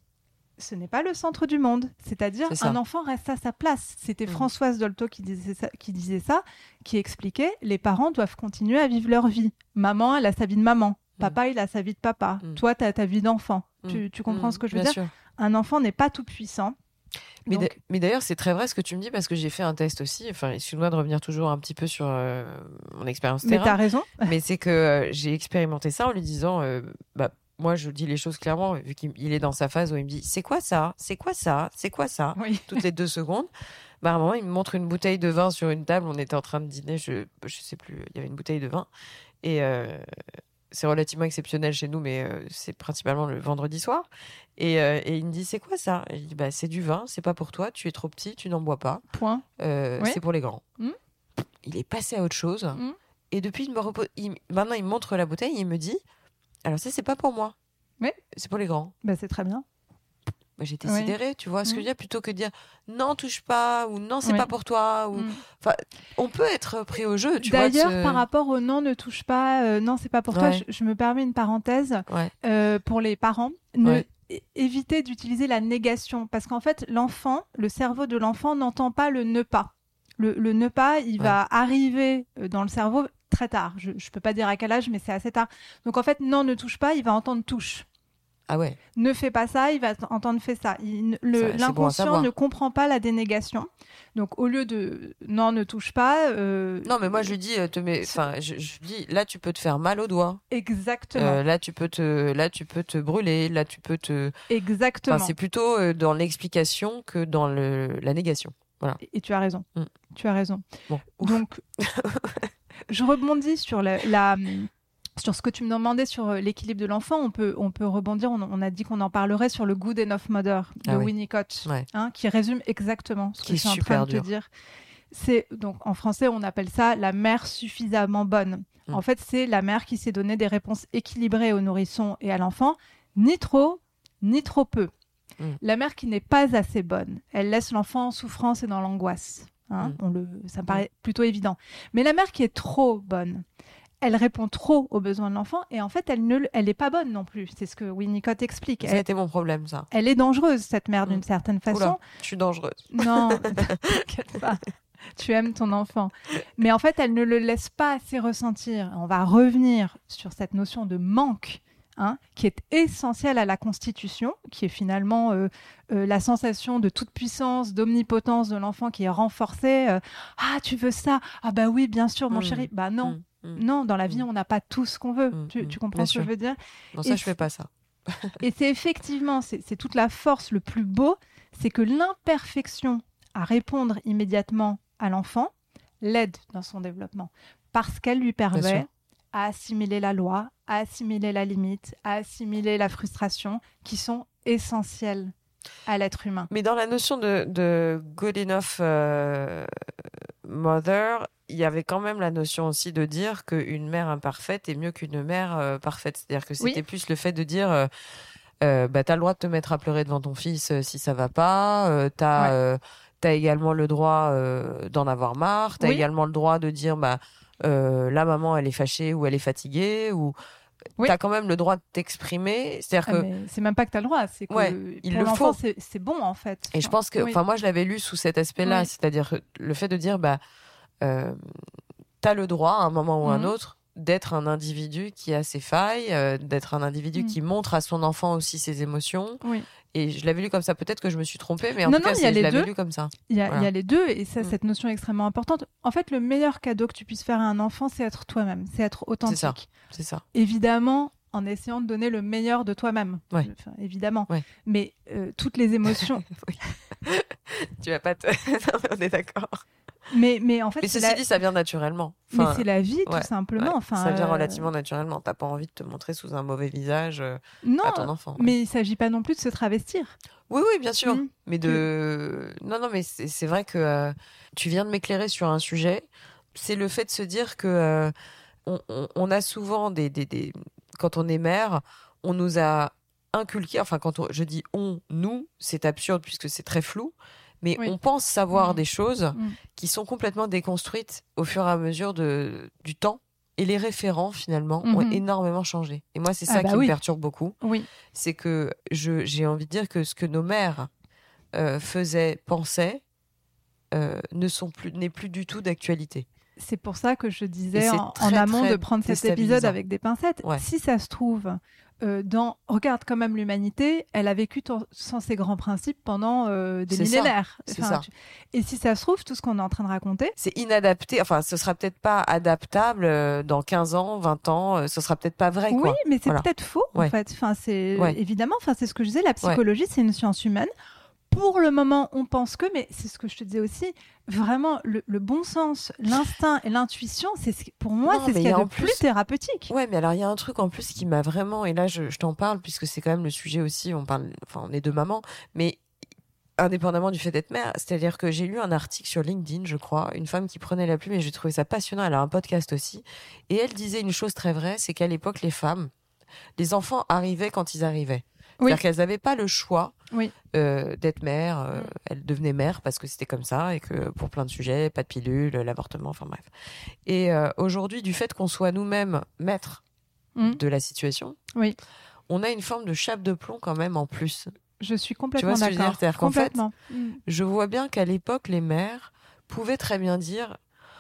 ce n'est pas le centre du monde. C'est-à-dire, c'est un enfant reste à sa place. C'était mmh. Françoise Dolto qui disait, ça, qui disait ça, qui expliquait les parents doivent continuer à vivre leur vie. Maman, elle a sa vie de maman. Mmh. Papa, il a sa vie de papa. Mmh. Toi, tu as ta vie d'enfant. Mmh. Tu, tu comprends mmh. ce que je veux Bien dire ? sûr. Un enfant n'est pas tout puissant. Mais, Donc... d'a- mais d'ailleurs, c'est très vrai ce que tu me dis parce que j'ai fait un test aussi. Enfin, excuse-moi de revenir toujours un petit peu sur euh, mon expérience terrain. Mais t'as raison. Mais c'est que euh, j'ai expérimenté ça en lui disant, euh, bah, moi, je dis les choses clairement, vu qu'il est dans sa phase où il me dit « C'est quoi ça ? C'est quoi ça ? C'est quoi ça ?» oui. Toutes les deux secondes. Bah, à un moment, il me montre une bouteille de vin sur une table. On était en train de dîner, je je sais plus, il y avait une bouteille de vin. Et euh, c'est relativement exceptionnel chez nous, mais euh, c'est principalement le vendredi soir. Et, euh, et il me dit « C'est quoi ça ?» Et je dis bah, « C'est du vin, c'est pas pour toi, tu es trop petit, tu n'en bois pas. Point. Euh, oui. C'est pour les grands. Mmh. » Il est passé à autre chose. Mmh. Et depuis, il me repose... il... maintenant, il me montre la bouteille et il me dit « Alors ça, c'est pas pour moi. » Oui. C'est pour les grands. Bah, c'est très bien. Bah, j'étais oui. sidérée, tu vois ce mmh. que je veux dire, plutôt que de dire non, touche pas, ou non, c'est oui. pas pour toi. Ou... mmh. Enfin, on peut être pris au jeu, tu D'ailleurs, vois. Ce... par rapport au non, ne touche pas, euh, non, c'est pas pour ouais. toi, je, je me permets une parenthèse ouais. euh, pour les parents. Ne... Ouais. Éviter d'utiliser la négation, parce qu'en fait, l'enfant, le cerveau de l'enfant n'entend pas le ne pas. Le, le ne pas, il ouais. va arriver dans le cerveau très tard. Je ne peux pas dire à quel âge, mais c'est assez tard. Donc en fait, non, ne touche pas, il va entendre touche. Ah ouais. Ne fais pas ça, il va entendre fais ça. Il, le, ça l'inconscient bon ne comprend pas la dénégation. Donc au lieu de non, ne touche pas. Euh... Non, mais moi je lui dis, te mets, enfin, je, je dis, là tu peux te faire mal au doigt. Exactement. Euh, là tu peux te, là tu peux te brûler, là tu peux te. Exactement. Enfin, c'est plutôt dans l'explication que dans le la négation. Voilà. Et, et tu as raison. Mm. Tu as raison. Bon. Donc, je rebondis sur la. la Sur ce que tu me demandais sur l'équilibre de l'enfant, on peut, on peut rebondir. On, on a dit qu'on en parlerait sur le Good Enough Mother de ah oui. Winnicott, ouais. hein, qui résume exactement ce qui que je suis en train de te dire. C'est donc en français, on appelle ça la mère suffisamment bonne. Mm. En fait, c'est la mère qui sait donner des réponses équilibrées au nourrisson et à l'enfant, ni trop, ni trop peu. Mm. La mère qui n'est pas assez bonne, elle laisse l'enfant en souffrance et dans l'angoisse. Hein, mm. on le, ça me paraît mm. plutôt évident. Mais la mère qui est trop bonne, elle répond trop aux besoins de l'enfant et en fait, elle ne, elle est pas bonne non plus. C'est ce que Winnicott explique. Ça a été mon problème, ça. Elle est dangereuse, cette mère, mmh. d'une certaine façon. Oula, je suis dangereuse. Non, t'inquiète pas. Tu aimes ton enfant. Mais en fait, elle ne le laisse pas assez ressentir. On va revenir sur cette notion de manque, hein, qui est essentielle à la constitution, qui est finalement euh, euh, la sensation de toute puissance, d'omnipotence de l'enfant qui est renforcée. Euh, ah, tu veux ça? Ah bah oui, bien sûr, mon mmh. chéri. Bah non. Mmh. Mmh. Non, dans la vie, mmh. on n'a pas tout ce qu'on veut. Mmh. Tu, tu comprends Bien ce sûr. que je veux dire? Non, ça, et je fais pas ça. Et c'est effectivement, c'est, c'est toute la force, le plus beau, c'est que l'imperfection à répondre immédiatement à l'enfant l'aide dans son développement. Parce qu'elle lui permet à assimiler la loi, à assimiler la limite, à assimiler la frustration, qui sont essentielles à l'être humain. Mais dans la notion de, de good enough euh, mother, il y avait quand même la notion aussi de dire qu'une mère imparfaite est mieux qu'une mère euh, parfaite. C'est-à-dire que c'était oui. plus le fait de dire euh, euh, bah, t'as le droit de te mettre à pleurer devant ton fils euh, si ça va pas, euh, t'as, ouais. euh, t'as également le droit euh, d'en avoir marre, t'as oui. également le droit de dire bah, euh, la maman elle est fâchée ou elle est fatiguée, ou oui. t'as quand même le droit de t'exprimer. C'est-à-dire ah, que mais c'est même pas que t'as le droit, c'est que ouais, pour il le l'enfant faut. C'est, c'est bon en fait. Et je pense que, enfin oui. moi je l'avais lu sous cet aspect-là, oui. c'est-à-dire le fait de dire bah euh, t'as le droit, à un moment ou à mmh. un autre, d'être un individu qui a ses failles, euh, d'être un individu mmh. qui montre à son enfant aussi ses émotions. Oui. Et je l'avais lu comme ça. Peut-être que je me suis trompée, mais en non, tout non, cas, c'est, je l'avais deux. lu comme ça. Il y a, voilà. il y a les deux, et ça, mmh. cette notion est extrêmement importante. En fait, le meilleur cadeau que tu puisses faire à un enfant, c'est être toi-même, c'est être authentique. C'est ça. C'est ça. Évidemment, en essayant de donner le meilleur de toi-même. Ouais. Enfin, évidemment. Ouais. Mais euh, toutes les émotions. oui. Tu vas pas te. Non, mais on est d'accord. Mais, mais en fait, mais c'est ceci la... dit, ça vient naturellement. Enfin, mais c'est la vie, ouais, tout simplement. Ouais. Enfin, ça vient euh... relativement naturellement. T'as pas envie de te montrer sous un mauvais visage euh, non, à ton enfant. Mais ouais. il s'agit pas non plus de se travestir. Oui, oui, bien sûr. Mmh. Mais de. Non, non, mais c'est, c'est vrai que euh, tu viens de m'éclairer sur un sujet. C'est le fait de se dire que euh, on, on, on a souvent des, des, des. Quand on est mère, on nous a inculqué. Enfin, quand on... je dis on, nous, c'est absurde puisque c'est très flou. Mais oui. on pense savoir mmh. des choses mmh. qui sont complètement déconstruites au fur et à mesure de, du temps. Et les référents, finalement, mmh. ont énormément changé. Et moi, c'est ça ah bah qui oui. me perturbe beaucoup. Oui. C'est que je, j'ai envie de dire que ce que nos mères euh, faisaient, pensaient, euh, ne sont plus, n'est plus du tout d'actualité. C'est pour ça que je disais en, très, en amont de prendre cet épisode avec des pincettes. Ouais. Si ça se trouve, euh, dans regarde quand même l'humanité, elle a vécu t- sans ses grands principes pendant euh, des c'est millénaires. Ça. C'est enfin, ça. Tu... Et si ça se trouve, tout ce qu'on est en train de raconter, c'est inadapté. Enfin, ce sera peut-être pas adaptable euh, dans quinze ans, vingt ans. Euh, ce sera peut-être pas vrai. Oui, quoi. mais c'est voilà. peut-être faux ouais. en fait. Enfin, c'est ouais. évidemment. Enfin, c'est ce que je disais. La psychologie, ouais. c'est une science humaine. Pour le moment, on pense que, mais c'est ce que je te disais aussi, vraiment, le, le bon sens, l'instinct et l'intuition, c'est ce qui, pour moi, non, c'est ce qu'il y a de plus, plus thérapeutique. Ouais, mais alors, il y a un truc en plus qui m'a vraiment, et là, je, je t'en parle, puisque c'est quand même le sujet aussi, on parle, enfin, on est deux mamans, mais indépendamment du fait d'être mère, c'est-à-dire que j'ai lu un article sur LinkedIn, je crois, une femme qui prenait la plume, et j'ai trouvé ça passionnant, elle a un podcast aussi, et elle disait une chose très vraie, c'est qu'à l'époque, les femmes, les enfants arrivaient quand ils arrivaient. Oui. C'est-à-dire qu'elles n'avaient pas le choix oui. euh, d'être mère. Euh, mm. Elles devenaient mères parce que c'était comme ça et que pour plein de sujets, pas de pilule, l'avortement, enfin bref. Et euh, aujourd'hui, du fait qu'on soit nous-mêmes maîtres mm. de la situation, oui. on a une forme de chape de plomb quand même en plus. Je suis complètement tu vois ce d'accord. Que je veux dire C'est-à-dire qu'en fait, mm. je vois bien qu'à l'époque, les mères pouvaient très bien dire...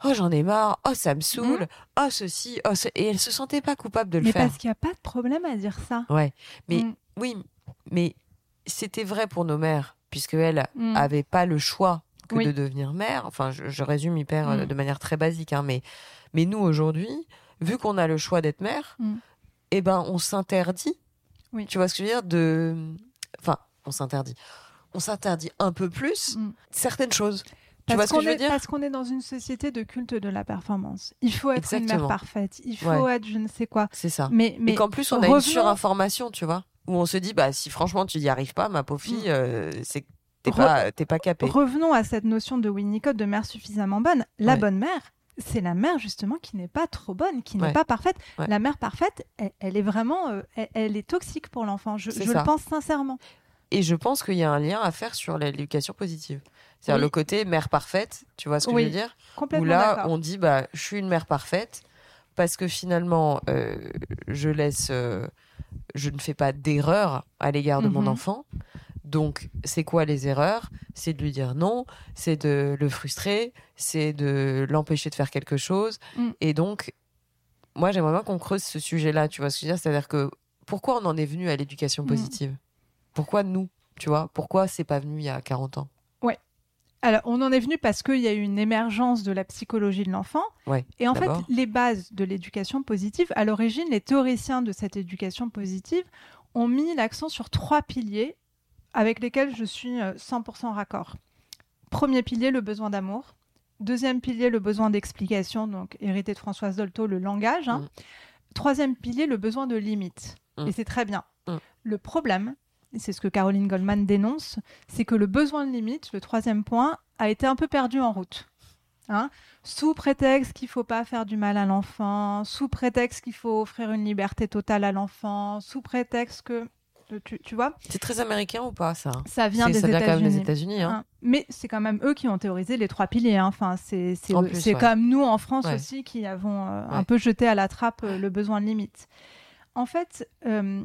oh j'en ai marre, oh ça me saoule, Mmh. oh ceci, oh ce... et elle se sentait pas coupable de le Mais faire. parce qu'il n'y a pas de problème à dire ça. Ouais, mais Mm. oui, mais c'était vrai pour nos mères, puisqu'elles Mm. avaient pas le choix que Oui. de devenir mère. Enfin, je, je résume hyper euh, Mm. de manière très basique, hein, mais mais nous aujourd'hui, vu qu'on a le choix d'être mère, Mm. eh ben on s'interdit. Oui. Tu vois ce que je veux dire de, enfin, on s'interdit, on s'interdit un peu plus Mm. certaines choses. Tu Parce vois ce que qu'on je veux est- dire? Parce qu'on est dans une société de culte de la performance. Il faut être une Exactement. mère parfaite. Il faut Ouais. être je ne sais quoi. C'est ça. Mais, mais Et qu'en plus, on a une revenons- surinformation, tu vois, où on se dit, bah, si franchement tu n'y arrives pas, ma pauvre fille, euh, c'est que t'es Re- pas, t'es pas capée. Revenons à cette notion de Winnicott de mère suffisamment bonne. La Ouais. bonne mère, c'est la mère justement qui n'est pas trop bonne, qui n'est Ouais. pas parfaite. Ouais. La mère parfaite, elle, elle est vraiment, euh, elle, elle est toxique pour l'enfant. Je, C'est je ça. le pense sincèrement. Et je pense qu'il y a un lien à faire sur l'éducation positive. C'est-à-dire Oui. le côté mère parfaite, tu vois ce que Oui, je veux dire? Où Complètement là, d'accord. on dit, bah, je suis une mère parfaite parce que finalement, euh, je laisse, euh, je ne fais pas d'erreur à l'égard de mon Mhm. enfant. Donc, c'est quoi les erreurs? C'est de lui dire non, c'est de le frustrer, c'est de l'empêcher de faire quelque chose. Mm. Et donc, moi, j'aimerais bien qu'on creuse ce sujet-là, tu vois ce que je veux dire? C'est-à-dire que pourquoi on en est venu à l'éducation Mm. positive? Pourquoi nous, tu vois? Pourquoi c'est pas venu il y a quarante ans? Alors, on en est venu parce qu'il y a eu une émergence de la psychologie de l'enfant. Ouais. Et en fait, D'abord. les bases de l'éducation positive, à l'origine, les théoriciens de cette éducation positive ont mis l'accent sur trois piliers avec lesquels je suis euh, cent pour cent raccord. Premier pilier, le besoin d'amour. Deuxième pilier, le besoin d'explication, donc hérité de Françoise Dolto, le langage. hein. Mm. Troisième pilier, le besoin de limite. Mm. Et c'est très bien. Mm. Le problème, et c'est ce que Caroline Goldman dénonce, c'est que le besoin de limite, le troisième point, a été un peu perdu en route. Hein, sous prétexte qu'il ne faut pas faire du mal à l'enfant, sous prétexte qu'il faut offrir une liberté totale à l'enfant, sous prétexte que... Tu, tu vois, C'est très américain ou pas, ça? ça vient C'est- des Ça vient quand même des États-Unis. États-Unis, hein. Hein, mais c'est quand même eux qui ont théorisé les trois piliers. hein. Enfin, c'est c'est, En plus, c'est ouais. comme nous en France Ouais. aussi qui avons euh, un Ouais. peu jeté à la trappe euh, le besoin de limite. En fait, euh,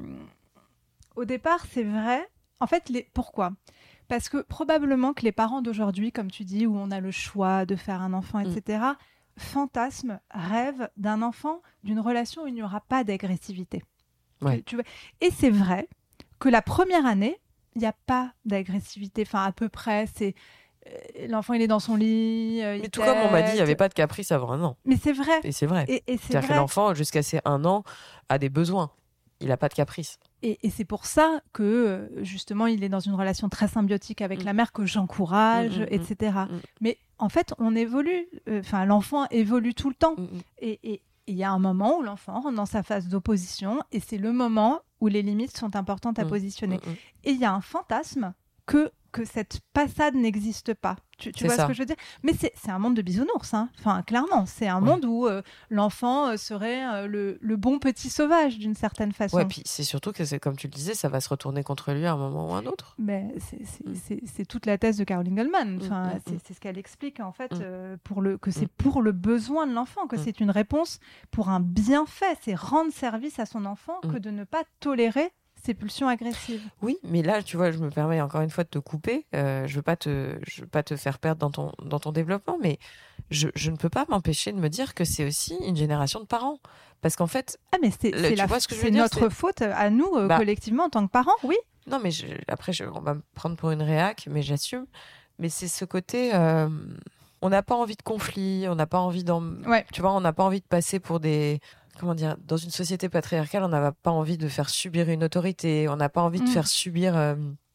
au départ, c'est vrai. En fait, les... pourquoi? Parce que probablement que les parents d'aujourd'hui, comme tu dis, où on a le choix de faire un enfant, et cetera, Mm. fantasment, rêvent d'un enfant, d'une relation où il n'y aura pas d'agressivité. Ouais. Tu- tu vois. Et c'est vrai que la première année, il n'y a pas d'agressivité. Enfin, à peu près, c'est euh, l'enfant, il est dans son lit. euh, il Mais tout comme on m'a dit, il n'y tète. avait pas de caprice avant un an. Mais c'est vrai. Et c'est vrai. Et, et c'est C'est-à-dire que vrai. l'enfant, jusqu'à ses un an, a des besoins. Il n'a pas de caprice. Et, et c'est pour ça que, euh, justement, il est dans une relation très symbiotique avec Mm. la mère, que j'encourage, Mm, mm, mm. et cetera. Mm. Mais en fait, on évolue. Enfin, l'enfant évolue tout le temps. Mm, mm. Et et- et il y a un moment où l'enfant rentre dans sa phase d'opposition, et c'est le moment où les limites sont importantes à Mm. positionner. Mm, mm. Et il y a un fantasme que, que cette passade n'existe pas. Tu, tu C'est vois ça. ce que je veux dire? Mais c'est c'est un monde de bisounours, hein. Enfin, clairement. C'est un Ouais. monde où euh, l'enfant euh, serait euh, le, le bon petit sauvage, d'une certaine façon. Ouais, puis c'est surtout que, c'est comme tu le disais, ça va se retourner contre lui à un moment ou à un autre. Mais c'est- c'est Mm. c'est- c'est toute la thèse de Caroline Goldman. Enfin, Mm, mm, c'est mm. c'est ce qu'elle explique, en fait, Mm. euh, pour le, que c'est Mm. pour le besoin de l'enfant, que Mm. c'est une réponse pour un bienfait. C'est rendre service à son enfant Mm. que de ne pas tolérer ses pulsions agressives. Oui, mais là, tu vois, je me permets encore une fois de te couper. Euh, je veux pas te, je veux pas te faire perdre dans ton, dans ton développement, mais je, je ne peux pas m'empêcher de me dire que c'est aussi une génération de parents. Parce qu'en fait, Ah, mais c'est Le- c'est tu la- vois ce que je veux c'est dire, notre c'est- faute à nous, euh, Bah. collectivement, en tant que parents, oui. non, mais je, après, je, on va me prendre pour une réac, mais j'assume. Mais c'est ce côté, euh, on n'a pas envie de conflit, on n'a pas envie d'en, Ouais. tu vois, on n'a pas envie de passer pour des, comment dire, dans une société patriarcale, on n'a pas envie de faire subir une autorité, on n'a pas envie de Mm. faire subir, euh,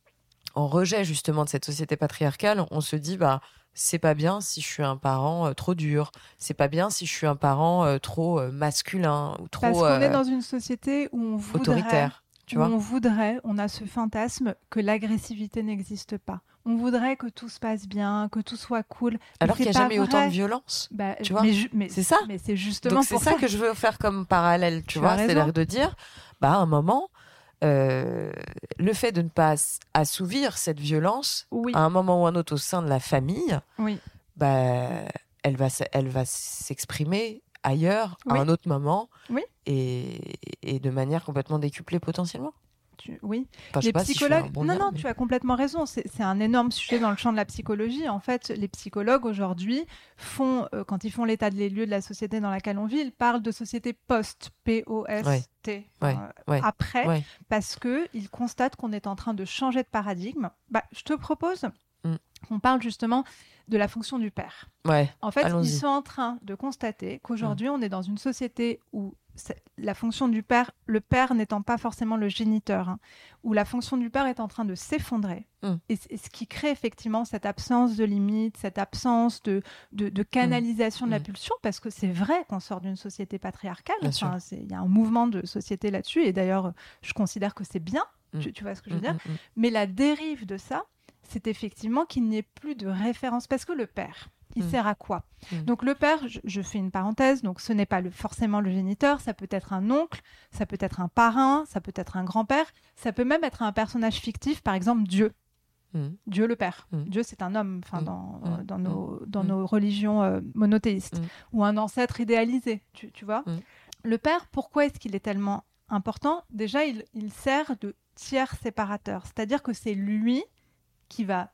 en rejet justement de cette société patriarcale. On se dit, bah, c'est pas bien si je suis un parent euh, trop dur, c'est pas bien si je suis un parent euh, trop euh, masculin ou trop Parce qu'on euh, est dans une société où on voudrait, autoritaire, tu où vois. on voudrait, on a ce fantasme que l'agressivité n'existe pas. On voudrait que tout se passe bien, que tout soit cool. mais Alors qu'il c'est n'y a pas jamais eu autant vrai. de violence. Bah, Tu vois, mais ju- mais c'est ça. Mais c'est justement Donc c'est pour ça, ça. que je veux faire comme parallèle, tu, Tu vois, as raison. c'est-à-dire de dire, bah à un moment, euh, le fait de ne pas ass- assouvir cette violence, Oui, à un moment ou un autre au sein de la famille, oui, bah elle va, s- elle va s'exprimer ailleurs Oui. à un autre moment, Oui. et, et de manière complètement décuplée potentiellement. tu... oui. Enfin, je les sais pas psychologues, si je fais un bon non, lien, non, mais... tu as complètement raison. C'est, c'est un énorme sujet dans le champ de la psychologie. En fait, les psychologues aujourd'hui font, euh, quand ils font l'état des lieux de la société dans laquelle on vit, ils parlent de société post, P O S T, ouais. euh, ouais. après, ouais. parce que ils constatent qu'on est en train de changer de paradigme. Bah, je te propose mm. qu'on parle justement de la fonction du père. Ouais. En fait, Allons-y. ils sont en train de constater qu'aujourd'hui, mm. on est dans une société où la fonction du père, le père n'étant pas forcément le géniteur, hein, où la fonction du père est en train de s'effondrer. Mm. Et, et ce qui crée effectivement cette absence de limite, cette absence de, de, de canalisation mm. de la pulsion, parce que c'est vrai qu'on sort d'une société patriarcale. Enfin, il y a un mouvement de société là-dessus, et d'ailleurs, je considère que c'est bien, mm. tu, tu vois ce que je veux mm, dire. Mm, mm. Mais la dérive de ça, c'est effectivement qu'il n'y ait plus de référence, parce que le père, il mmh. sert à quoi mmh. Donc le père, je, je fais une parenthèse, donc ce n'est pas le, forcément le géniteur, ça peut être un oncle, ça peut être un parrain, ça peut être un grand-père, ça peut même être un personnage fictif, par exemple Dieu. Mmh. Dieu le père. Mmh. Dieu, c'est un homme, enfin mmh. dans, mmh. dans, nos, dans mmh. nos religions euh, monothéistes, mmh. ou un ancêtre idéalisé, tu, tu vois. Mmh. Le père, pourquoi est-ce qu'il est tellement important ? Déjà, il, il sert de tiers séparateur, c'est-à-dire que c'est lui qui va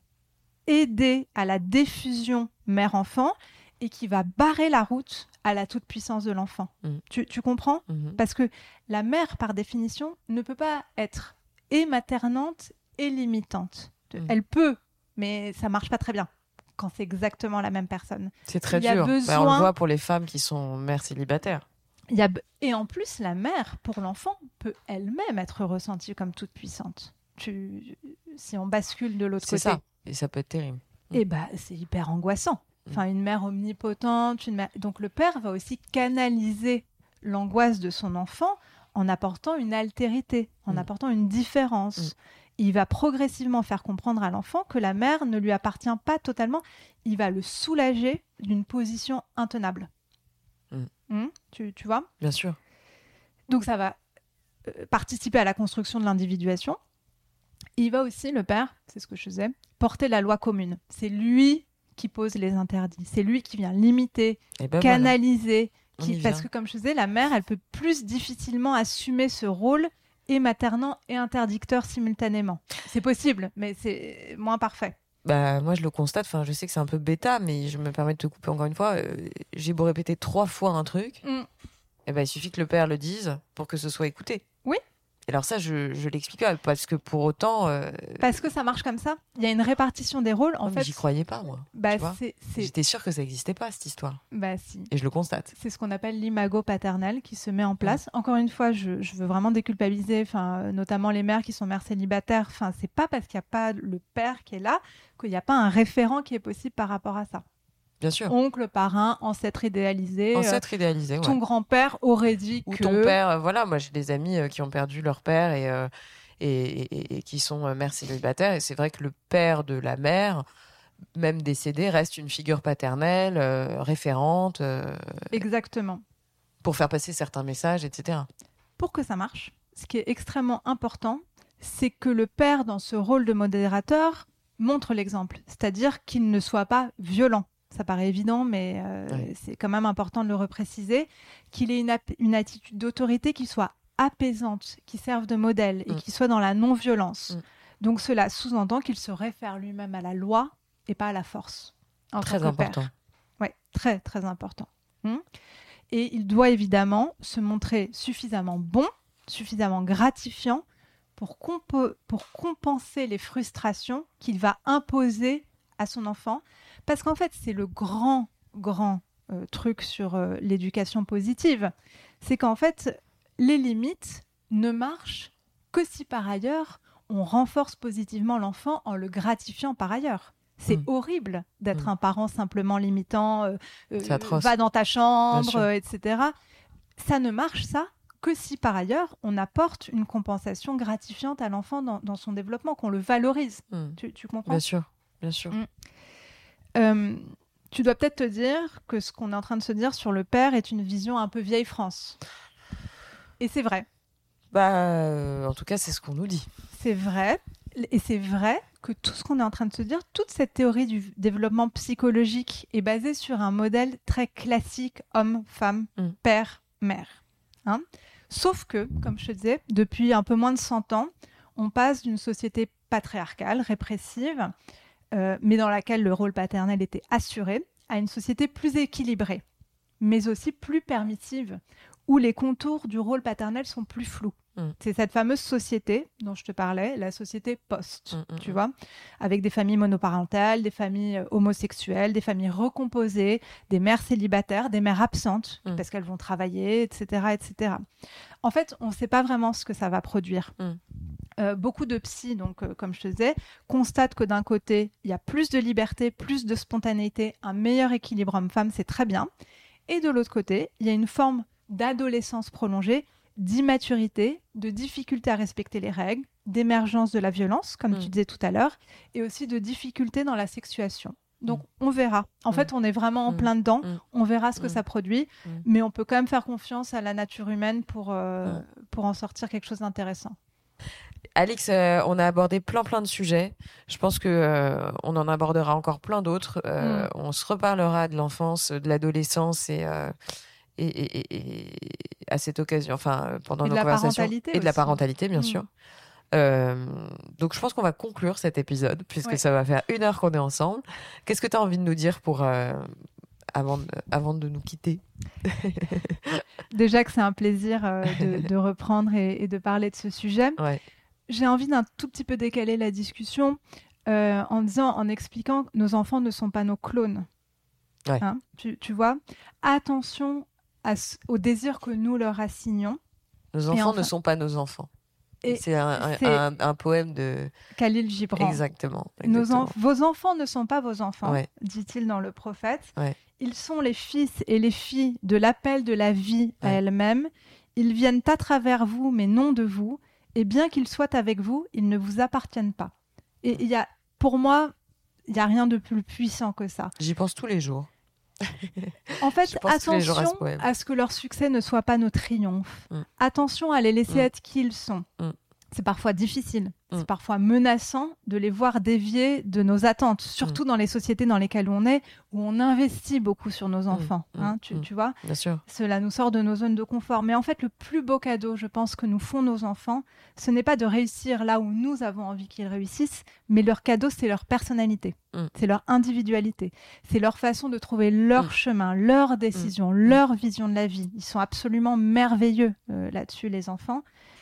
aider à la diffusion mère-enfant et qui va barrer la route à la toute-puissance de l'enfant. Mmh. Tu, tu comprends ? Mmh. Parce que la mère, par définition, ne peut pas être et maternante et limitante. Mmh. Elle peut, mais ça marche pas très bien quand c'est exactement la même personne. C'est très il y a dur. Besoin... Bah, on le voit pour les femmes qui sont mères célibataires. Il y a... Et en plus, la mère, pour l'enfant, peut elle-même être ressentie comme toute puissante. Tu... Si on bascule de l'autre c'est côté. Ça. Et ça peut être terrible. Et bah, c'est hyper angoissant. Enfin, une mère omnipotente, une mère... donc le père va aussi canaliser l'angoisse de son enfant en apportant une altérité, en mmh. apportant une différence. Mmh. Il va progressivement faire comprendre à l'enfant que la mère ne lui appartient pas totalement. Il va le soulager d'une position intenable. Mmh. Mmh, tu, tu vois ? Bien sûr. Donc ça va euh, participer à la construction de l'individuation. Il va aussi, le père, c'est ce que je faisais, porter la loi commune. C'est lui qui pose les interdits. C'est lui qui vient limiter, ben canaliser. Voilà. Qui, parce que, comme je disais, la mère, elle peut plus difficilement assumer ce rôle et maternant et interdicteur simultanément. C'est possible, mais c'est moins parfait. Bah, moi, je le constate. Enfin, je sais que c'est un peu bêta, mais je me permets de te couper encore une fois. Euh, j'ai beau répéter trois fois un truc, mm. et ben, il suffit que le père le dise pour que ce soit écouté. Oui. Et alors ça, je, je l'explique pas, parce que pour autant... Euh... Parce que ça marche comme ça. Il y a une répartition des rôles. En non, fait, mais j'y croyais pas, moi. Bah, tu vois c'est, c'est... J'étais sûre que ça n'existait pas, cette histoire. Bah, si. Et je le constate. C'est ce qu'on appelle l'imago paternel qui se met en place. Ouais. Encore une fois, je, je veux vraiment déculpabiliser, enfin, notamment les mères qui sont mères célibataires. Enfin, c'est pas parce qu'il n'y a pas le père qui est là qu'il n'y a pas un référent qui est possible par rapport à ça. Bien sûr. Oncle, parrain, ancêtre idéalisé. Ancêtre idéalisé, ouais. Ton grand-père aurait dit Ou que... ton père, euh, voilà, moi j'ai des amis euh, qui ont perdu leur père et, euh, et, et, et qui sont euh, mères célibataires. Et c'est vrai que le père de la mère, même décédé, reste une figure paternelle, euh, référente. Euh, Exactement. Pour faire passer certains messages, et cetera. Pour que ça marche, ce qui est extrêmement important, c'est que le père, dans ce rôle de modérateur, montre l'exemple. C'est-à-dire qu'il ne soit pas violent. Ça paraît évident, mais euh, oui. c'est quand même important de le repréciser, qu'il ait une, ap- une attitude d'autorité qui soit apaisante, qui serve de modèle et mm. qui soit dans la non-violence. Mm. Donc cela sous-entend qu'il se réfère lui-même à la loi et pas à la force. En très tant que important. Père. Ouais, très très important. Hum et il doit évidemment se montrer suffisamment bon, suffisamment gratifiant pour, compo- pour compenser les frustrations qu'il va imposer à son enfant. Parce qu'en fait, c'est le grand, grand euh, truc sur euh, l'éducation positive. C'est qu'en fait, les limites ne marchent que si par ailleurs, on renforce positivement l'enfant en le gratifiant par ailleurs. C'est mmh. horrible d'être mmh. un parent simplement limitant, euh, euh, va dans ta chambre, euh, et cetera. Ça ne marche, ça, que si par ailleurs, on apporte une compensation gratifiante à l'enfant dans, dans son développement, qu'on le valorise. Mmh. Tu, tu comprends ? Bien sûr, bien sûr. Mmh. Euh, tu dois peut-être te dire que ce qu'on est en train de se dire sur le père est une vision un peu vieille France. Et c'est vrai. Bah, euh, en tout cas, c'est ce qu'on nous dit. C'est vrai. Et c'est vrai que tout ce qu'on est en train de se dire, toute cette théorie du développement psychologique est basée sur un modèle très classique homme, femme, mmh. père, mère. Hein ? Sauf que, comme je te disais, depuis un peu moins de cent ans, on passe d'une société patriarcale, répressive, euh, mais dans laquelle le rôle paternel était assuré, à une société plus équilibrée, mais aussi plus permissive, où les contours du rôle paternel sont plus flous. Mmh. C'est cette fameuse société dont je te parlais, la société post, mmh, tu mmh. vois, avec des familles monoparentales, des familles homosexuelles, des familles recomposées, des mères célibataires, des mères absentes mmh. parce qu'elles vont travailler, et cetera, et cetera. En fait, on ne sait pas vraiment ce que ça va produire. Mmh. Euh, beaucoup de psys, donc euh, comme je te disais, constatent que d'un côté, il y a plus de liberté, plus de spontanéité, un meilleur équilibre homme-femme, c'est très bien. Et de l'autre côté, il y a une forme d'adolescence prolongée, d'immaturité, de difficulté à respecter les règles, d'émergence de la violence, comme mmh. tu disais tout à l'heure, et aussi de difficulté dans la sexuation. Donc, mmh. on verra. En mmh. fait, on est vraiment en mmh. plein dedans. Mmh. On verra ce que mmh. ça produit, mmh. mais on peut quand même faire confiance à la nature humaine pour, euh, mmh. pour en sortir quelque chose d'intéressant. Alix, euh, on a abordé plein plein de sujets. Je pense que euh, on en abordera encore plein d'autres. Euh, mmh. On se reparlera de l'enfance, de l'adolescence et, euh, et, et, et, et à cette occasion, enfin pendant et nos conversations et aussi. de la parentalité, bien mmh. sûr. Euh, donc je pense qu'on va conclure cet épisode puisque ouais. ça va faire une heure qu'on est ensemble. Qu'est-ce que tu as envie de nous dire pour euh, avant de, avant de nous quitter? Déjà que c'est un plaisir euh, de, de reprendre et, et de parler de ce sujet. Ouais. J'ai envie d'un tout petit peu décaler la discussion euh, en disant, en expliquant que nos enfants ne sont pas nos clones. Ouais. Hein, tu, tu vois, attention à, au désir que nous leur assignons. Nos enfants enfin, ne sont pas nos enfants. Et c'est un, c'est un, un poème de Khalil Gibran. Exactement. exactement. Nos enf- vos enfants ne sont pas vos enfants, ouais. dit-il dans Le Prophète. Ouais. Ils sont les fils et les filles de l'appel de la vie ouais. à elle-même. Ils viennent à travers vous, mais non de vous. Et bien qu'ils soient avec vous, ils ne vous appartiennent pas. Et il y a, pour moi, il n'y a rien de plus puissant que ça. J'y pense tous les jours. En fait, attention à ce, à ce que leur succès ne soit pas nos triomphes. Mm. Attention à les laisser mm. être qui ils sont. Mm. C'est parfois difficile, mm. c'est parfois menaçant de les voir dévier de nos attentes, surtout mm. dans les sociétés dans lesquelles on est, où on investit beaucoup sur nos enfants. Mm. Hein, tu, mm. tu vois, bien sûr. Cela nous sort de nos zones de confort. Mais en fait, le plus beau cadeau, je pense, que nous font nos enfants, ce n'est pas de réussir là où nous avons envie qu'ils réussissent, mais leur cadeau, c'est leur personnalité, mm. c'est leur individualité, c'est leur façon de trouver leur mm. chemin, leur décision, mm. leur vision de la vie. Ils sont absolument merveilleux euh, là-dessus, les enfants.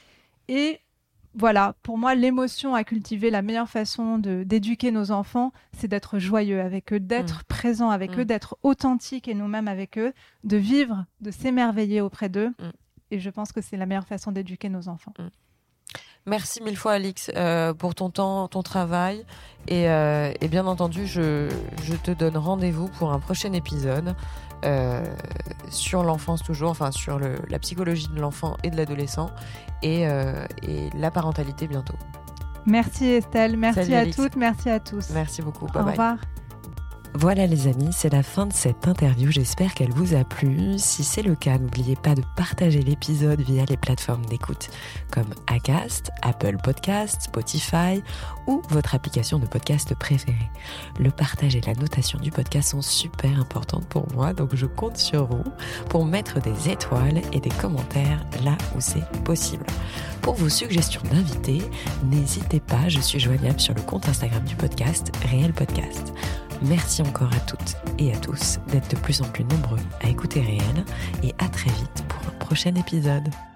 Et voilà, pour moi, l'émotion à cultiver, la meilleure façon de, d'éduquer nos enfants, c'est d'être joyeux avec eux, d'être mmh. présent avec mmh. eux, d'être authentique et nous-mêmes avec eux, de vivre, de s'émerveiller auprès d'eux. Mmh. Et je pense que c'est la meilleure façon d'éduquer nos enfants. Mmh. Merci mille fois, Alix, euh, pour ton temps, ton travail. Et, euh, et bien entendu, je, je te donne rendez-vous pour un prochain épisode euh, sur l'enfance toujours, enfin sur le, la psychologie de l'enfant et de l'adolescent et, euh, et la parentalité bientôt. Merci Estelle, merci Salut, à Alix. toutes, merci à tous. Merci beaucoup, bye Au bye. revoir. Voilà les amis, c'est la fin de cette interview, j'espère qu'elle vous a plu. Si c'est le cas, n'oubliez pas de partager l'épisode via les plateformes d'écoute comme Acast, Apple Podcasts, Spotify ou votre application de podcast préférée. Le partage et la notation du podcast sont super importantes pour moi, donc je compte sur vous pour mettre des étoiles et des commentaires là où c'est possible. Pour vos suggestions d'invités, n'hésitez pas, je suis joignable sur le compte Instagram du podcast, Réel Podcast. Merci encore à toutes et à tous d'être de plus en plus nombreux à écouter Réel et à très vite pour un prochain épisode.